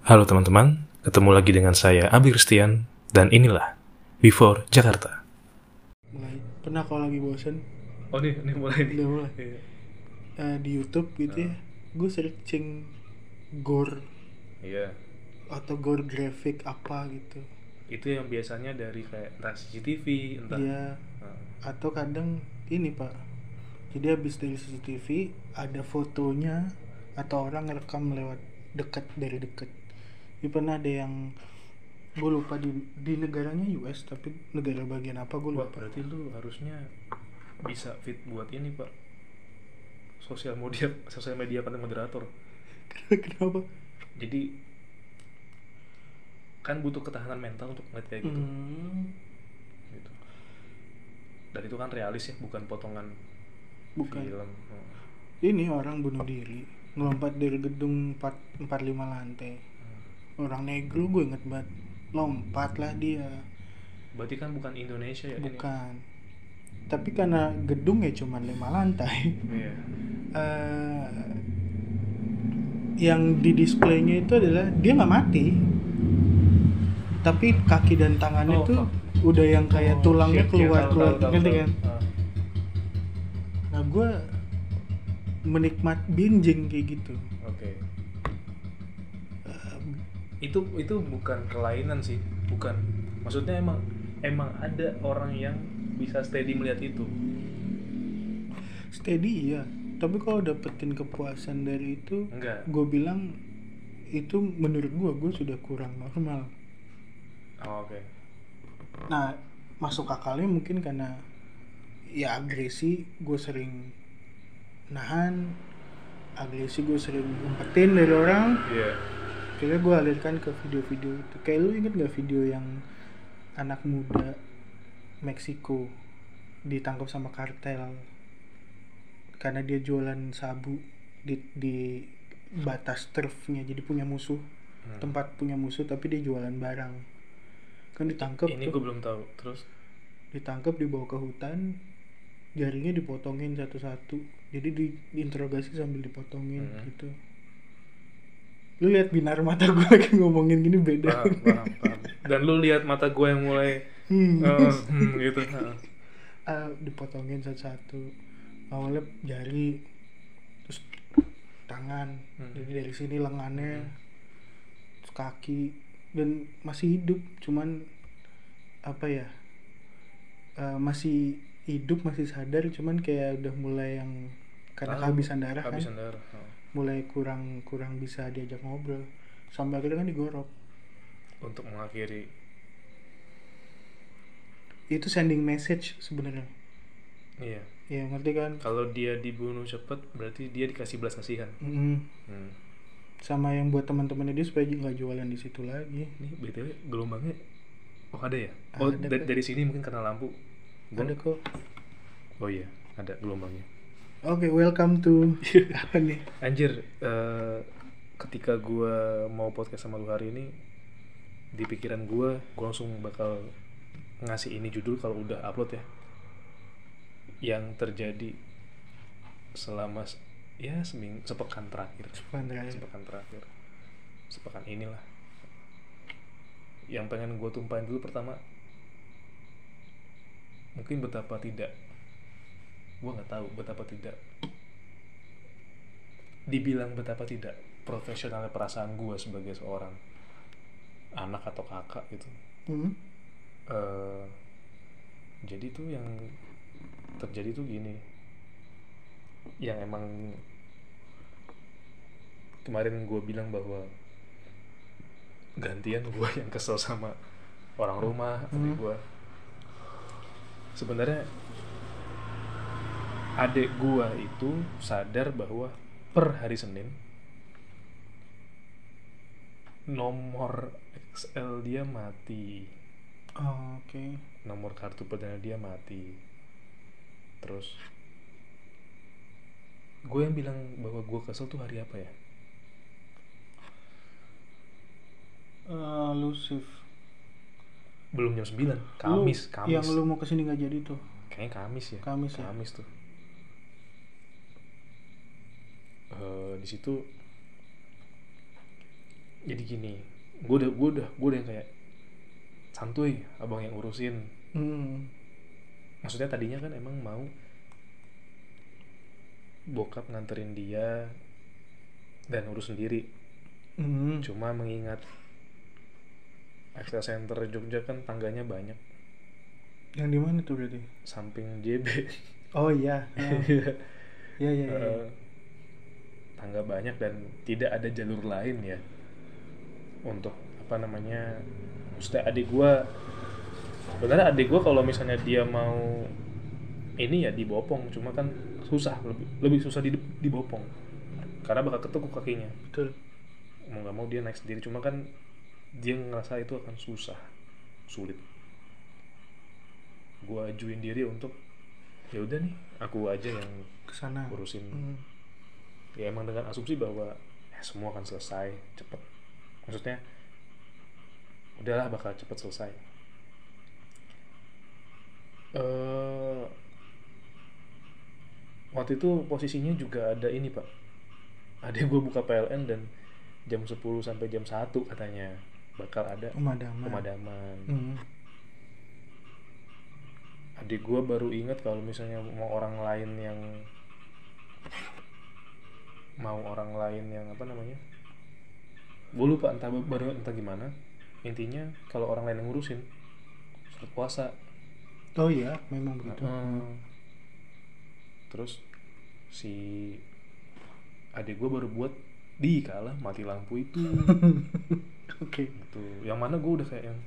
Halo teman-teman, ketemu lagi dengan saya Abi Christian dan inilah Before Jakarta. Mulai pernah kalau lagi bosen Oh ini mulai nih. udah mulai Iya. di YouTube gitu ya, gue searching gore Iya. atau gore graphic apa gitu Itu yang biasanya dari kayak entah CCTV, entah. ya, atau kadang ini pak, jadi habis dari CCTV ada fotonya atau orang ngerekam lewat dekat dari dekat. Ini pernah ada yang gue lupa di negaranya US, tapi negara bagian apa gue Wah, lupa. berarti lu harusnya bisa fit buat ini pak, sosial media content moderator. Kenapa? Jadi kan butuh ketahanan mental untuk ngeliat kayak gitu. Gitu. Dan itu kan realis ya, bukan potongan Bukan. film. Ini orang bunuh diri ngelompat dari gedung 45 lantai. Orang negro, gue inget banget, lompat lah dia. Berarti kan bukan Indonesia ya? Bukan. Tapi karena gedungnya cuma 5 lantai. Iya. Yang di displaynya itu adalah dia nggak mati, tapi kaki dan tangannya tuh udah yang kayak tulangnya keluar ngerti kan? Nah gue menikmat binging kayak gitu. Oke. Itu bukan kelainan sih, bukan, maksudnya emang ada orang yang bisa steady melihat itu. Steady iya, tapi kalau dapetin kepuasan dari itu, Enggak. gue bilang itu menurut gue sudah kurang normal. Oke. Nah masuk akalnya mungkin karena ya agresi, gue sering nahan agresi, gue sering ngumpetin dari orang. Iya. Akhirnya gue alirkan ke video-video itu. Kayak lu inget gak video yang anak muda Meksiko ditangkap sama kartel karena dia jualan sabu di batas turfnya, jadi punya musuh, tempat punya musuh tapi dia jualan barang kan, ditangkap. Ini gue belum tahu. Terus ditangkap, dibawa ke hutan, jaringnya dipotongin satu-satu, jadi diinterogasi sambil dipotongin gitu. Lu lihat binar mata gue lagi ngomongin gini beda. paham. Dan lu lihat mata gue yang mulai gitu. Dipotongin satu-satu, awalnya jari, terus tangan, jadi dari sini lengannya, terus kaki, dan masih hidup, cuman apa ya, masih hidup, masih sadar, cuman kayak udah mulai yang karena kehabisan darah kan, mulai kurang bisa diajak ngobrol, sampai akhirnya kan digorok. Untuk mengakhiri itu sending message sebenarnya. Iya. Ya ngerti kan? Kalau dia dibunuh cepet berarti dia dikasih belas kasihan. Sama yang buat teman-temannya dia supaya nggak jualan di situ lagi. Nih btw gelombangnya ada ya? Ada dari sini mungkin karena lampu. Ada kok. Oh iya, ada gelombangnya. Oke, welcome to apa nih? Anjir, ketika gue mau podcast sama lu hari ini, di pikiran gue langsung bakal ngasih ini judul kalau udah upload ya. Yang terjadi selama sepekan terakhir. Sepekan inilah. Yang pengen gue tumpahin dulu pertama, mungkin betapa tidak, gue nggak tahu betapa tidak, dibilang betapa tidak profesionalnya perasaan gue sebagai seorang anak atau kakak gitu. Jadi tuh yang terjadi tuh gini, yang emang kemarin gue bilang bahwa gantian gue yang kesel sama orang rumah, tapi gue sebenarnya adik gue itu sadar bahwa per hari Senin nomor XL dia mati. Oke. Nomor kartu perdana dia mati. Terus gue yang bilang bahwa gue kesel tuh hari apa ya? Lu shift belum jam 9, Kamis. Yang lu mau kesini nggak jadi tuh? Kayaknya Kamis ya. Kamis tuh. Di situ Jadi gini, gue udah yang kayak santuy, abang yang urusin. Maksudnya tadinya kan emang mau bokap nganterin dia dan urus sendiri. Cuma mengingat Excel Center Jogja kan tangganya banyak. Yang di mana tuh berarti? Samping JB. Oh iya. Iya. Tangga banyak dan tidak ada jalur lain ya untuk apa namanya. Maksudnya adik gua, sebenarnya adik gua kalau misalnya dia mau ini ya dibopong, cuma kan susah, lebih susah dibopong karena bakal ketekuk kakinya. Betul. Mau nggak mau dia naik sendiri, cuma kan dia ngerasa itu akan sulit. Gua ajuin diri untuk ya udah nih aku aja yang Kesana urusin. Ya emang dengan asumsi bahwa semua akan selesai cepet, maksudnya udahlah bakal cepet selesai. Waktu itu posisinya juga ada ini pak, ada gue buka PLN dan jam 10 sampai jam 1 katanya bakal ada pemadaman. Adik gue baru ingat kalau misalnya mau orang lain yang apa namanya, gue lupa entah gimana, intinya kalau orang lain yang ngurusin surat puasa. Oh iya, memang begitu. Terus si adik gue baru buat di kalah mati lampu itu. Oke. Gitu. Yang mana gue udah kayak yang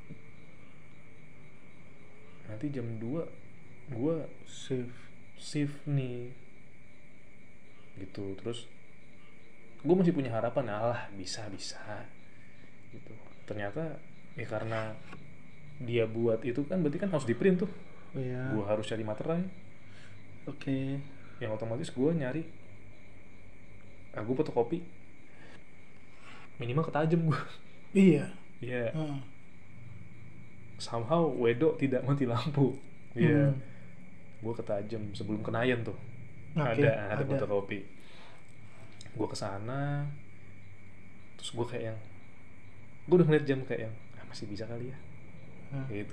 nanti jam 2 gue shift nih gitu. Terus gue masih punya harapan, alah bisa gitu. Ternyata ya karena dia buat itu kan berarti kan harus di print tuh. Oh iya. Gue harus cari materai. Oke. Yang otomatis gue nyari, gue fotokopi minimal ketajam gue. Iya. Iya. Somehow Wedo tidak mati lampu. Iya. Gue ketajam sebelum Kenayan tuh. Okay, ada fotokopi. Gue kesana, terus gue kayak yang, gue udah ngeliat jam kayak yang masih bisa kali ya. Gitu.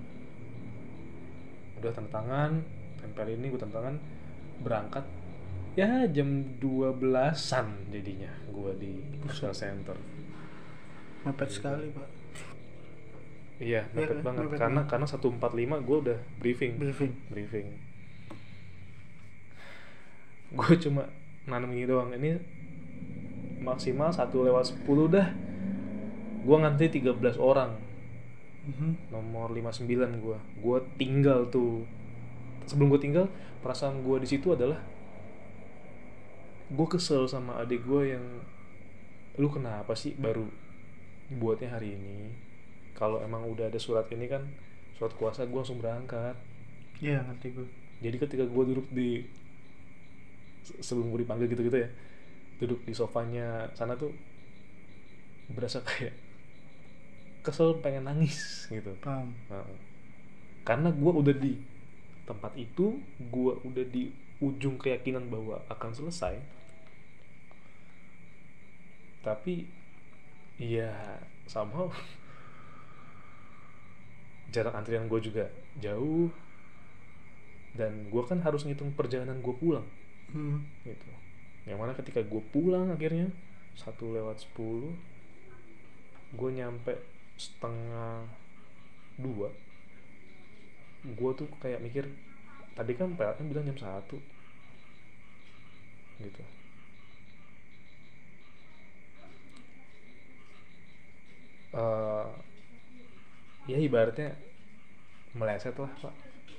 Udah tanda tangan, tempel ini gue tanda tangan, berangkat. Ya jam 12-an jadinya gue di Excel Center. Mepet sekali pak. Iya, mepet banget. Karena 1:45 gue udah briefing. Gue cuma nanam gini doang. Ini maksimal 1:10 dah. Gue ngantri 13 orang. Nomor 59 gue. Gue tinggal tuh. Sebelum gue tinggal, perasaan gue di situ adalah gue kesel sama adik gue yang, lu kenapa sih baru buatnya hari ini? Kalau emang udah ada surat ini kan, surat kuasa, gue langsung berangkat. Iya, ngerti gue. Jadi ketika gue duduk di, sebelum gue dipanggil gitu ya, duduk di sofanya sana tuh berasa kayak kesel, pengen nangis gitu. Paham. Karena gue udah di tempat itu, gue udah di ujung keyakinan bahwa akan selesai, tapi ya somehow jarak antrian gue juga jauh, dan gue kan harus ngitung perjalanan gue pulang. Gitu. Yang mana ketika gue pulang akhirnya 1:10, gue nyampe 1:30. Gue tuh kayak mikir, tadi kan PLN bilang jam 1 gitu. Ya ibaratnya meleset lah pak,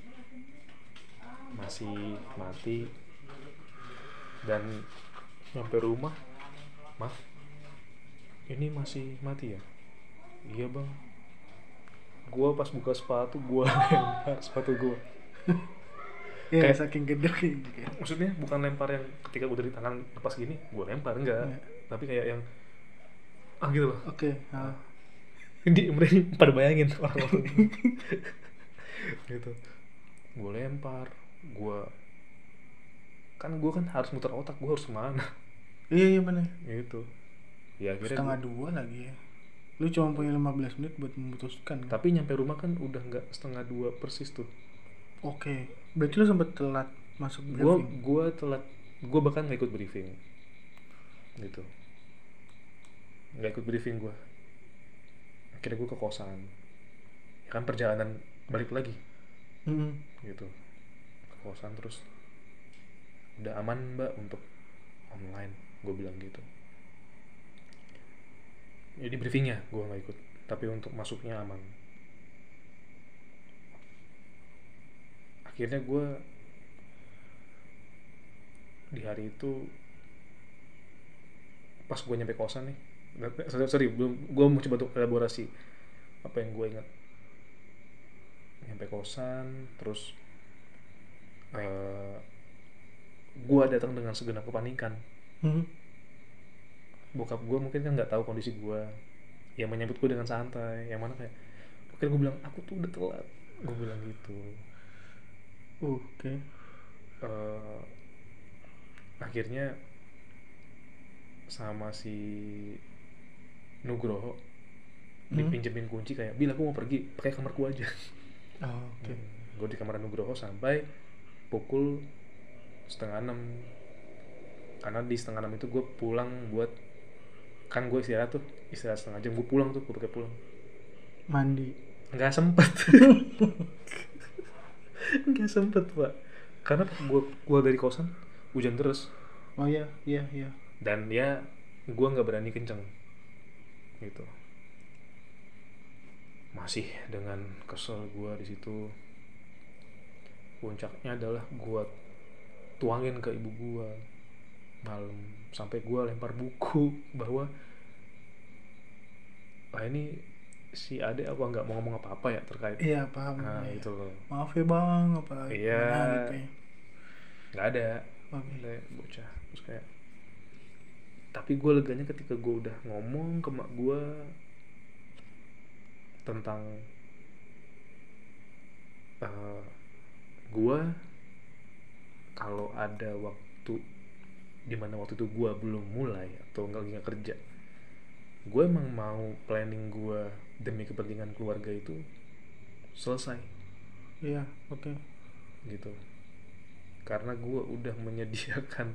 masih mati. Dan nyampe rumah, maaf ini masih mati ya? Iya bang. Gua pas buka sepatu, gua lempar sepatu gua. Kayak saking gede gitu. Maksudnya bukan lempar yang ketika udah di tangan lepas gini gua lempar, enggak. Tapi kayak yang gitu loh. Oke. Mereka pada bayangin orang-orang gitu. Gue lempar, gue kan harus muter otak, gue harus kemana. Iya bener Gitu. Ya akhirnya setengah 2 lagi ya. Lu cuma punya 15 menit buat memutuskan kan? tapi nyampe rumah kan udah nggak setengah 2 persis tuh. Oke, berarti lu sempet telat masuk Gua briefing. gua telat, gua bahkan nggak ikut briefing gitu, nggak ikut briefing gua. Akhirnya gua ke kosan, ya kan perjalanan balik lagi gitu, ke kosan. Terus udah aman mbak untuk online, gue bilang gitu. Jadi briefingnya gue nggak ikut, tapi untuk masuknya aman. Akhirnya gue di hari itu pas gue nyampe kosan nih, sorry belum, gue mau coba untuk elaborasi apa yang gue ingat. Nyampe kosan terus uh, gue datang dengan segenap kepanikan. Bokap gue mungkin kan nggak tahu kondisi gue, yang menyambut gue dengan santai, yang mana kayak akhirnya gue bilang aku tuh udah telat, gue bilang gitu. Oke. uh, Akhirnya sama si Nugroho dipinjemin kunci, kayak Bil aku mau pergi pakai kamarku aja. Oke. Gue di kamar Nugroho sampai pukul setengah 6, karena di setengah 6 itu gue pulang buat, kan gue istirahat setengah jam, gue pulang tuh, gue pakai pulang. Mandi. Nggak sempet. Nggak sempet pak, karena gue keluar dari kosan hujan terus. Oh iya, iya, iya. Dan ya gue nggak berani kenceng gitu. Masih dengan kesel gue di situ. Puncaknya adalah gue tuangin ke ibu gue malam, sampai gue lempar buku bahwa ini si Ade apa nggak mau ngomong apa-apa ya terkait. Iya, paham. Nah Iya. itu loh. Maaf ya bang, apa Iya, gimana gitu ya. nggak ada. Oke. Ada bocah. Terus kayak, tapi gue leganya ketika gue udah ngomong ke mak gue tentang gue kalau ada waktu dimana waktu itu gue belum mulai atau nggak kerja, gue emang mau planning gue demi kepentingan keluarga itu selesai. Iya, oke. Gitu, karena gue udah menyediakan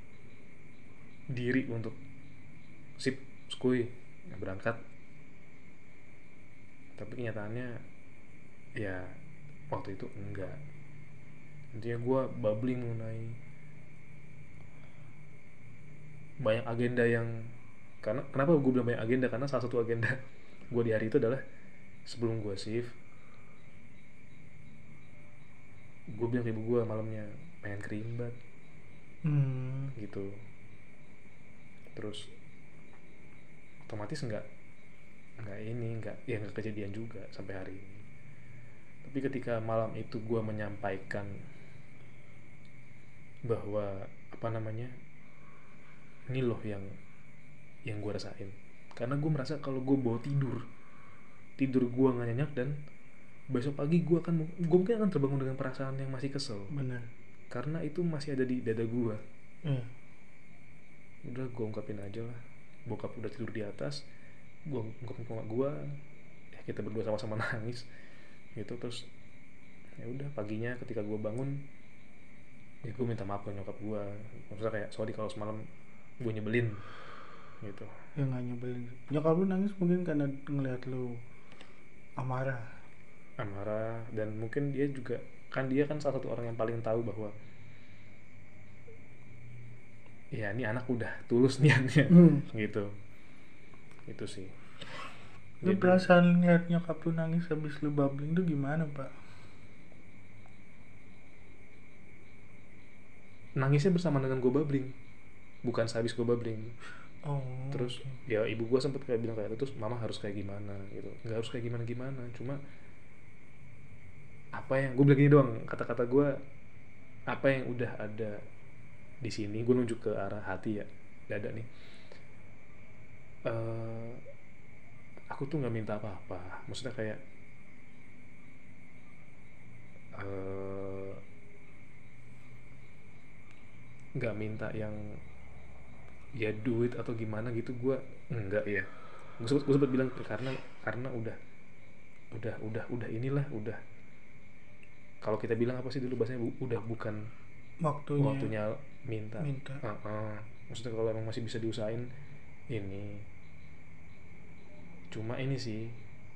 diri untuk sip skui berangkat. Tapi kenyataannya ya waktu itu enggak. Intinya gue bubbling mengenai banyak agenda yang, karena kenapa gue bilang banyak agenda, karena salah satu agenda gue di hari itu adalah sebelum gue shift, gue bilang ke ibu gue malamnya pengen kerimbat gitu. Terus otomatis nggak kejadian juga sampai hari ini. Tapi ketika malam itu gue menyampaikan bahwa apa namanya, ini loh yang gue rasain, karena gue merasa kalau gue bawa tidur gue nggak nyenyak, dan besok pagi gue mungkin akan terbangun dengan perasaan yang masih kesel. Benar. Karena itu masih ada di dada gue. Udah gue ungkapin aja lah. Bokap udah tidur di atas, gue ungkapin ke mak gue, ya kita berdua sama-sama nangis gitu. Terus ya udah paginya ketika gue bangun, ya gue minta maaf ke nyokap gue, maksudnya kayak sorry kalau semalam gue nyebelin gitu. Ya nggak nyebelin. Nyokap lu nangis mungkin karena ngeliat lu amarah, dan mungkin dia juga kan, dia kan salah satu orang yang paling tahu bahwa ya ini anak udah tulus niatnya gitu. Itu sih. Lu Jadi, perasaan ngeliat nyokap lu nangis habis lu bubbling tuh gimana pak? nangisnya bersama dengan gue bubbling, bukan sehabis gue bubbling. Terus ya ibu gue sempet kayak bilang kayak terus mama harus kayak gimana gitu. Nggak harus kayak gimana, cuma apa yang gue bilang gini doang, kata-kata gue, apa yang udah ada di sini, gue nunjuk ke arah hati ya, dada nih. Aku tuh nggak minta apa-apa, maksudnya kayak nggak minta yang ya duit atau gimana gitu, gue enggak ya. Gue sempat bilang karena udah inilah, udah, kalau kita bilang apa sih dulu bahasanya, udah bukan Waktunya waktunya minta. minta. Maksudnya kalau emang masih bisa diusahain ini. Cuma ini sih,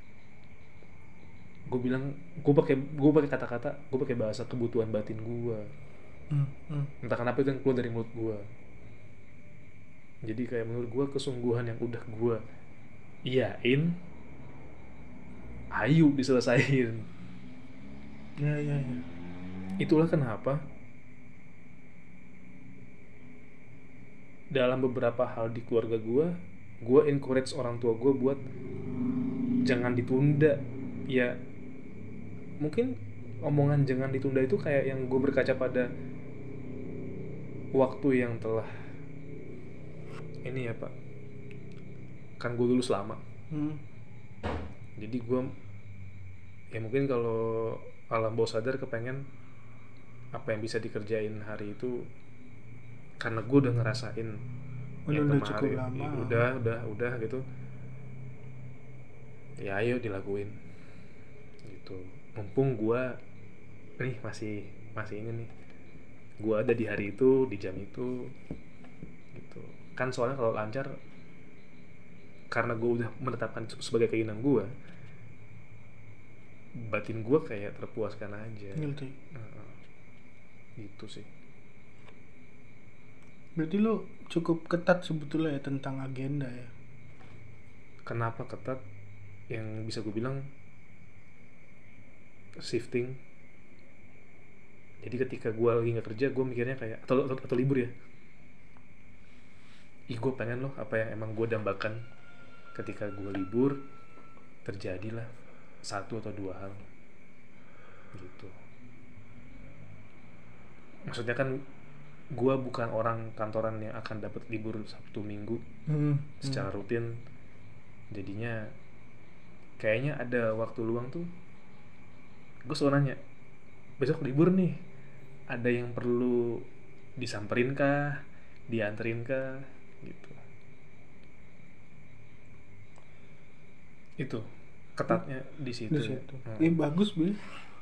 gue bilang, gue pakai kata-kata, gue pakai bahasa kebutuhan batin gue. Entah kenapa itu yang keluar dari mulut gue. Jadi kayak menurut gue kesungguhan yang udah gue iyain, ayo diselesain. Ya, ya, ya. Itulah kenapa dalam beberapa hal di keluarga gue encourage orang tua gue buat jangan ditunda. Ya mungkin omongan jangan ditunda itu kayak yang gue berkaca pada waktu yang telah ini ya pak, kan gue lulus lama. Jadi gue ya mungkin kalau alam bawah sadar kepengen apa yang bisa dikerjain hari itu, karena gue udah ngerasain yang Udah kemarin. cukup lama. Udah gitu, ya ayo dilakuin gitu. Mumpung gue nih masih ini nih, gue ada di hari itu, di jam itu gitu kan. Soalnya kalau lancar, karena gue udah menetapkan sebagai keinginan gue, batin gue kayak terpuaskan aja. Ngerti. Gitu sih. Berarti lo cukup ketat sebetulnya ya tentang agenda ya. Kenapa ketat? Yang bisa gue bilang shifting. Jadi ketika gue lagi nggak kerja, gue mikirnya kayak atau libur ya, gue pengen loh apa yang emang gue dambakan. Ketika gue libur, terjadilah satu atau dua hal gitu. Maksudnya kan gue bukan orang kantoran yang akan dapat libur Sabtu Minggu secara rutin. Jadinya kayaknya ada waktu luang tuh, gue selalu nanya, besok libur nih, ada yang perlu disamperin kah, dianterin kah gitu. Itu ketatnya di situ. Bagus bil.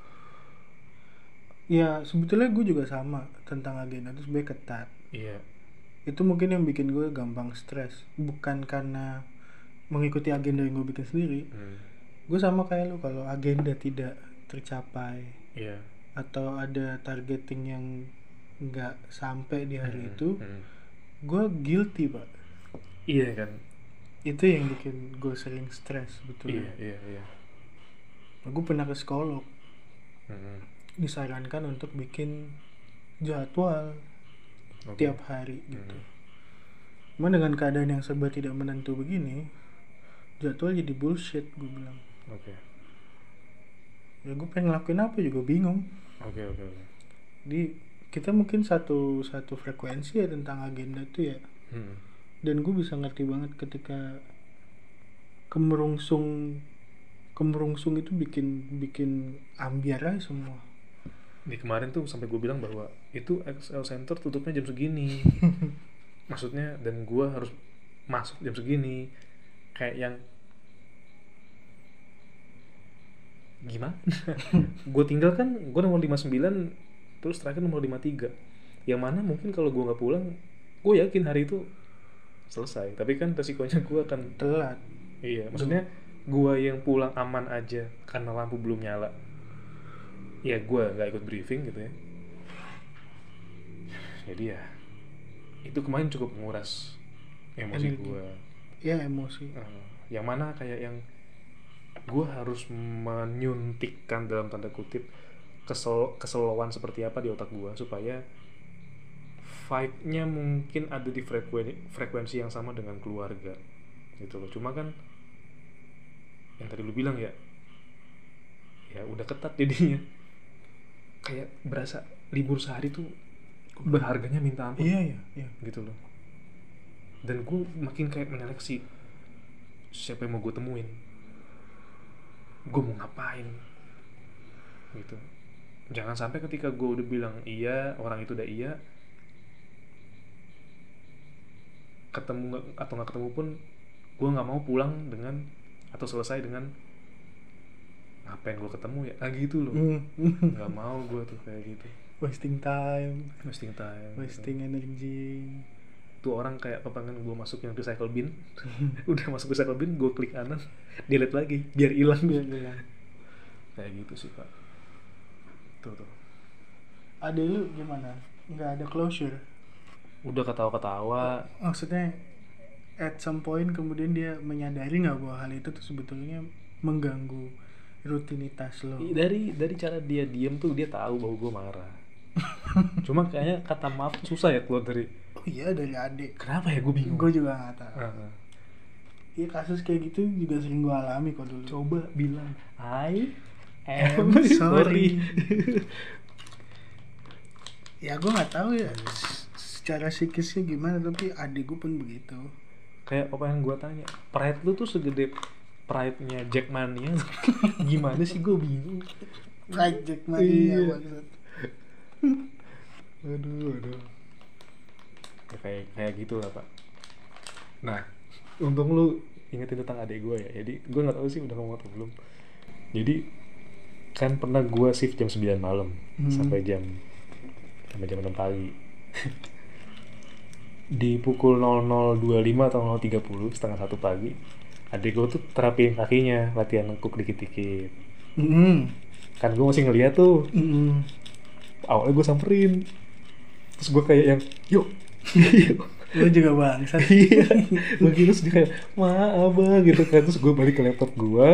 Ya sebetulnya gue juga sama tentang agenda itu sebenarnya ketat. Iya. Itu mungkin yang bikin gue gampang stres, bukan karena mengikuti agenda yang gue bikin sendiri. Gue sama kayak lu, kalau agenda tidak tercapai, atau ada targeting yang nggak sampai di hari itu, gue guilty pak. Iya kan. Itu yang bikin gue sering stres sebetulnya. Iya. Gue pernah ke psikolog, disarankan untuk bikin jadwal tiap hari gitu. Cuma dengan keadaan yang serba tidak menentu begini, jadwal jadi bullshit, gue bilang. Ya gue pengen ngelakuin apa juga bingung. Jadi kita mungkin satu frekuensi ya tentang agenda tuh ya. Dan gue bisa ngerti banget ketika kemerungsung itu bikin ambiar aja semua. Di kemarin tuh sampai gue bilang bahwa itu XL Center tutupnya jam segini. Maksudnya, dan gue harus masuk jam segini. Kayak yang gimana? Gue tinggal kan, gue nomor 59, terus terakhir nomor 53. Yang mana mungkin kalau gue gak pulang, gue yakin hari itu selesai. Tapi kan resikonya gue akan telat. Iya, maksudnya gue yang pulang aman aja karena lampu belum nyala, ya gue gak ikut briefing gitu ya. Jadi ya itu kemarin cukup menguras emosi gue. Ya emosi. Yang mana kayak yang gue harus menyuntikkan dalam tanda kutip keselowan seperti apa di otak gue supaya vibe-nya mungkin ada di frekuensi yang sama dengan keluarga gitu loh. Cuma kan yang tadi lu bilang ya udah ketat jadinya, kayak berasa libur sehari tuh berharganya minta ampun. Iya gitu loh. Dan gue makin kayak menyeleksi siapa yang mau gue temuin, gue mau ngapain gitu. Jangan sampai ketika gue udah bilang iya, orang itu udah iya, atau nggak ketemu pun gue nggak mau pulang dengan atau selesai dengan ngapain gue ketemu ya gitu loh. Nggak mau gue tuh kayak gitu, wasting time, wasting wasting energy. Tuh orang kayak kepengen gue masuk yang recycle bin. Udah masuk recycle bin, gue klik kanan, delete lagi biar hilang. Kayak gitu sih Pak. Tuh Ada lu gimana? Nggak ada closure? udah ketawa-ketawa. Maksudnya at some point kemudian dia menyadari nggak bahwa hal itu tuh sebetulnya mengganggu rutinitas lo? Dari cara dia diem tuh dia tahu bahwa gue marah. Cuma kayaknya kata maaf susah ya keluar dari. Oh iya, dari adik. Kenapa ya, gue bingung. Gue juga nggak tahu. Iya, kasus kayak gitu juga sering gue alami kok dulu. Coba bilang I am sorry. Ya gue nggak tahu ya secara psikisnya gimana, tapi adik gue pun begitu. Kayak apa yang gue tanya, pride lu tuh segede pride-nya Jackmania. Gimana sih, gue bingung. Pride Jackmania maksud. Aduh. Ya, kayak gitu lah Pak. Nah, untung lu ingetin tentang adik gue ya. Jadi gue nggak tahu sih udah ngomong atau belum. Jadi kan pernah gue shift jam 9 malam sampai jam 6 pagi. Di pukul 00.25 atau 0.30, setengah 1 pagi, adik gue tuh terapiin kakinya, latihan nengkuk dikit-dikit. Kan gue masih ngeliat tuh. Awalnya gue samperin, terus gue kayak yang yuk. Lu juga bangsat. Iya, begitu. Terus dia kayak maaf abang gitu kan. Terus gue balik ke laptop gue,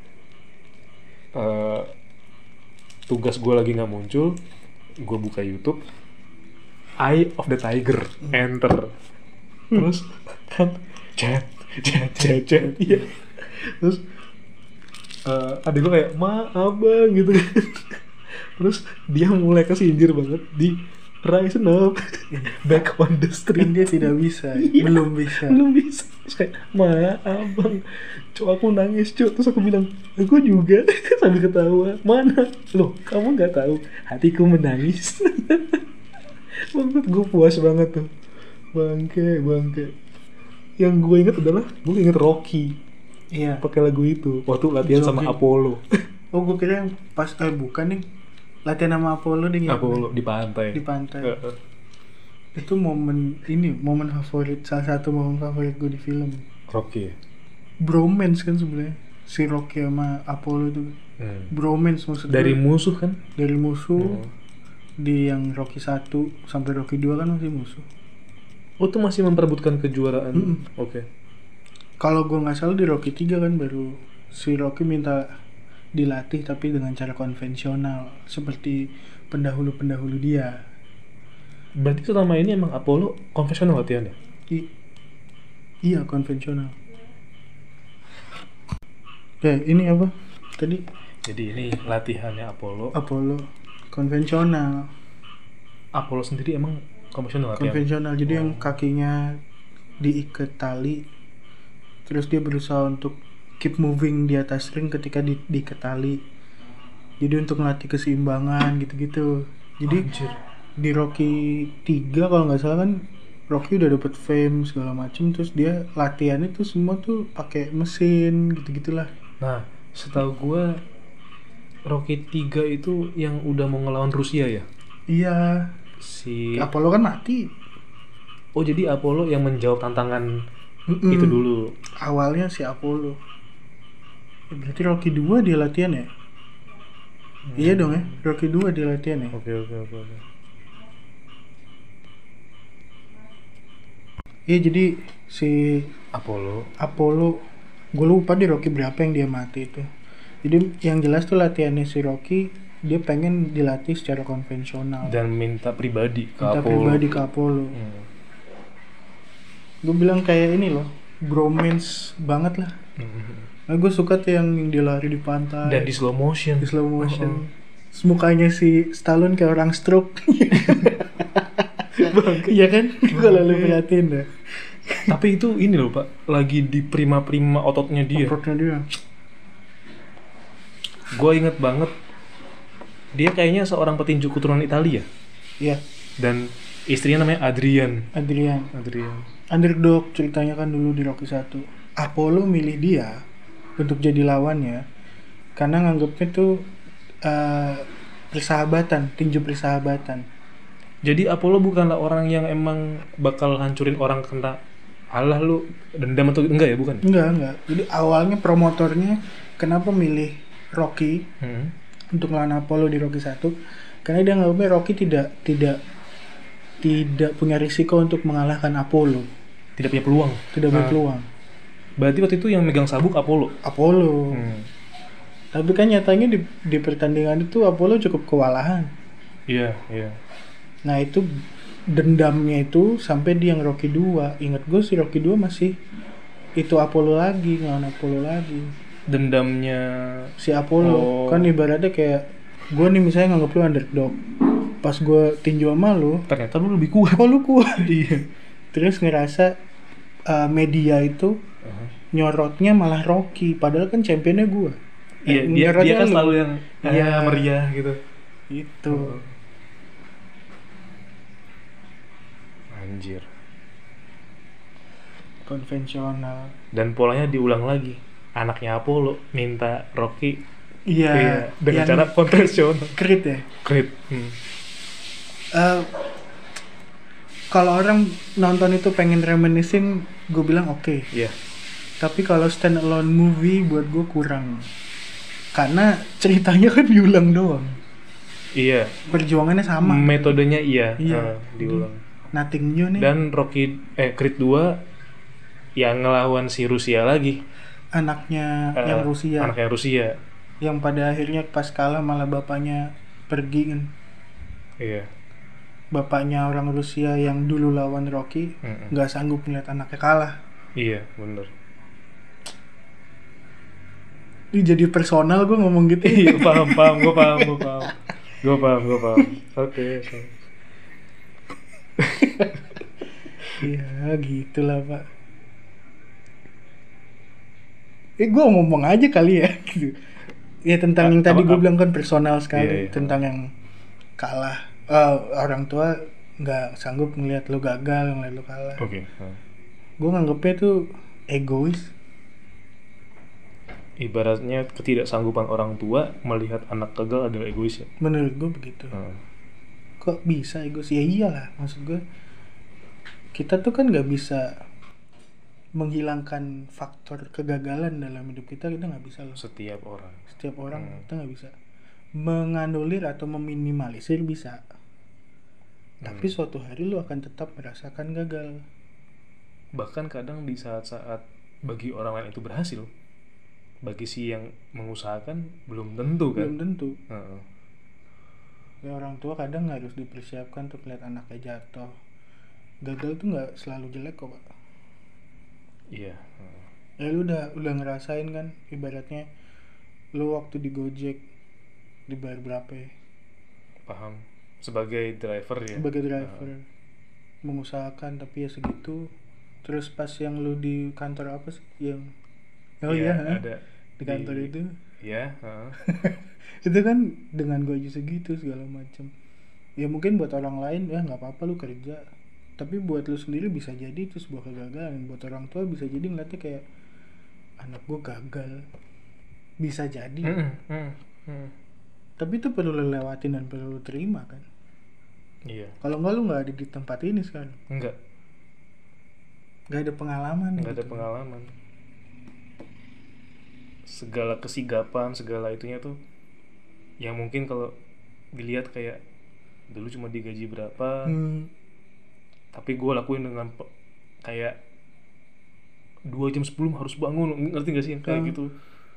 tugas gue lagi nggak muncul, gue buka YouTube, Eye of the Tiger, enter, terus kan chat, iya. Terus adik gue kayak maaf abang gitu. Terus dia mulai kesindir banget di Rise Up, Back on the Street. Dia tidak bisa, Iya, belum bisa. Terus kayak maaf bang, cok aku nangis cok. Terus aku bilang, aku juga sambil ketawa. Mana loh, kamu nggak tahu hatiku menangis. Banget, gue puas banget tuh. Bangke. Yang gue inget adalah, gue inget Rocky. Iya. Pakai lagu itu waktu latihan sama Apollo. Oh, gue kira yang pas bukan nih. Latihan sama Apollo deh. Apollo di pantai. Itu momen favorit, salah satu momen favorit gue di film. Rocky. Bromance kan sebenarnya si Rocky sama Apollo itu. Bromance maksudnya. Dari musuh kan? Dari musuh. Di yang Rocky 1 sampai Rocky 2 kan masih musuh. Oh, tuh masih memperebutkan kejuaraan. Oke. Kalau gue nggak salah di Rocky 3 kan baru si Rocky minta dilatih tapi dengan cara konvensional seperti pendahulu dia. Berarti selama ini emang Apollo konvensional latihannya? Iya, konvensional. Oke, ini apa tadi? Jadi ini latihannya Apollo konvensional. Apollo sendiri emang konvensional latihan? Konvensional, jadi yang kakinya diikat tali, terus dia berusaha untuk keep moving di atas ring ketika diikat tali. Jadi untuk melatih keseimbangan gitu-gitu. Jadi di Rocky 3 kalau nggak salah kan Rocky udah dapet fame segala macem, terus dia latihannya tuh semua tuh pakai mesin gitu-gitulah. Nah, setahu gue Rocky 3 itu yang udah mau ngelawan Rusia ya? Iya. Si Apollo kan mati. Oh, jadi Apollo yang menjawab tantangan itu dulu. Awalnya si Apollo. Berarti Rocky 2 dia latihan ya? Iya dong ya, Rocky 2 dia latihan ya? Oke. Iya, jadi si Apollo, gue lupa di Rocky berapa yang dia mati itu. Jadi yang jelas tuh latihannya si Rocky, dia pengen dilatih secara konvensional dan minta pribadi ke Apollo. Gue bilang kayak ini loh, bromance banget lah. Nah, gue suka tuh yang dia lari di pantai dan di slow motion. Mukanya si Stallone kayak orang stroke. Iya kan? Kalau lu perhatiin deh. Tapi itu ini loh Pak, lagi di prima-prima ototnya dia. Gue inget banget, dia kayaknya seorang petinju keturunan Italia. Iya. Dan istrinya namanya Adrian. underdog ceritanya kan dulu di Rocky 1. Apollo milih dia untuk jadi lawannya karena nganggapnya tuh persahabatan, tinju persahabatan. Jadi Apollo bukanlah orang yang emang bakal hancurin orang kena alah lu dendam atau enggak ya, bukan? Enggak. Jadi awalnya promotornya kenapa milih Rocky untuk melawan Apollo di Rocky 1? Karena dia nganggapnya Rocky tidak punya risiko untuk mengalahkan Apollo. Tidak punya peluang. Tidak punya peluang. Berarti waktu itu yang megang sabuk Apollo. Tapi kan nyatanya di pertandingan itu Apollo cukup kewalahan. Iya. Nah itu dendamnya itu sampai di yang Rocky 2. Ingat gue si Rocky 2 masih itu Apollo lagi, ngelawan Apollo lagi. Dendamnya Si Apollo kan ibaratnya kayak gue nih misalnya nganggep lu underdog. Pas gue tinju sama lu, ternyata lu lebih kuat. kok lu kuat? Iya. Terus ngerasa media itu nyorotnya malah Rocky, padahal kan championnya gue. Iya, dia kan selalu yang meriah gitu. Itu. Anjir. Konvensional. Dan polanya diulang lagi. Anaknya Apollo minta Rocky Iya, dengan cara konvensional. Creed ya? Creed. Kalau orang nonton itu pengen reminiscing, gue bilang oke. Iya. Tapi kalau stand alone movie buat gue kurang. Karena ceritanya kan diulang doang. Iya. Perjuangannya sama. Metodenya diulang. Nothing new nih. Dan Creed 2 yang ngelawan si Rusia lagi. Anaknya yang Rusia. Anaknya Rusia. Yang pada akhirnya pas kalah malah bapaknya pergi kan. Iya. Bapaknya orang Rusia yang dulu lawan Rocky nggak sanggup melihat anaknya kalah. Iya, bener. Ini jadi personal gue ngomong gitu. Iya, paham, gue paham. Oke. Iya, gitulah Pak. Gue ngomong aja kali ya gitu. Ya tentang yang tadi gue bilang kan personal sekali. Tentang yang kalah. Orang tua nggak sanggup ngelihat lo gagal, ngelihat lo kalah. Gue nganggepnya tuh egois. Ibaratnya ketidaksanggupan orang tua melihat anak gagal adalah egois ya. Menurut gue begitu. Kok bisa egois? Ya iyalah, maksud gue kita tuh kan nggak bisa menghilangkan faktor kegagalan dalam hidup kita nggak bisa loh. Setiap orang kita nggak bisa menganulir atau meminimalisir bisa. Tapi suatu hari lu akan tetap merasakan gagal. Bahkan kadang di saat-saat bagi orang lain itu berhasil, bagi si yang mengusahakan belum tentu kan. Ya, orang tua kadang harus dipersiapkan untuk lihat anaknya jatuh. Gagal tuh nggak selalu jelek kok Pak. Iya. Ya lu udah ngerasain kan, ibaratnya lu waktu di Gojek dibayar berapa ya? Paham. Sebagai driver ya. Mengusahakan tapi ya segitu. Terus pas yang lu di kantor apa sih yang ada di kantor itu. Iya. Itu kan dengan gaji segitu segala macam. Ya mungkin buat orang lain ya nggak apa-apa lu kerja. Tapi buat lu sendiri bisa jadi itu sebuah kegagalan. Buat orang tua bisa jadi ngeliatnya kayak anak gue gagal. Bisa jadi. Tapi itu perlu lu lewatin dan perlu lu terima kan. Iya. Kalau enggak lu nggak ada di tempat ini sekarang. Nggak ada pengalaman. Nggak ada pengalaman. Segala kesigapan, segala itunya tuh yang mungkin kalau dilihat kayak dulu cuma digaji berapa, tapi gue lakuin dengan kayak 2 jam sebelum harus bangun, ngerti gak sih yang kayak gitu,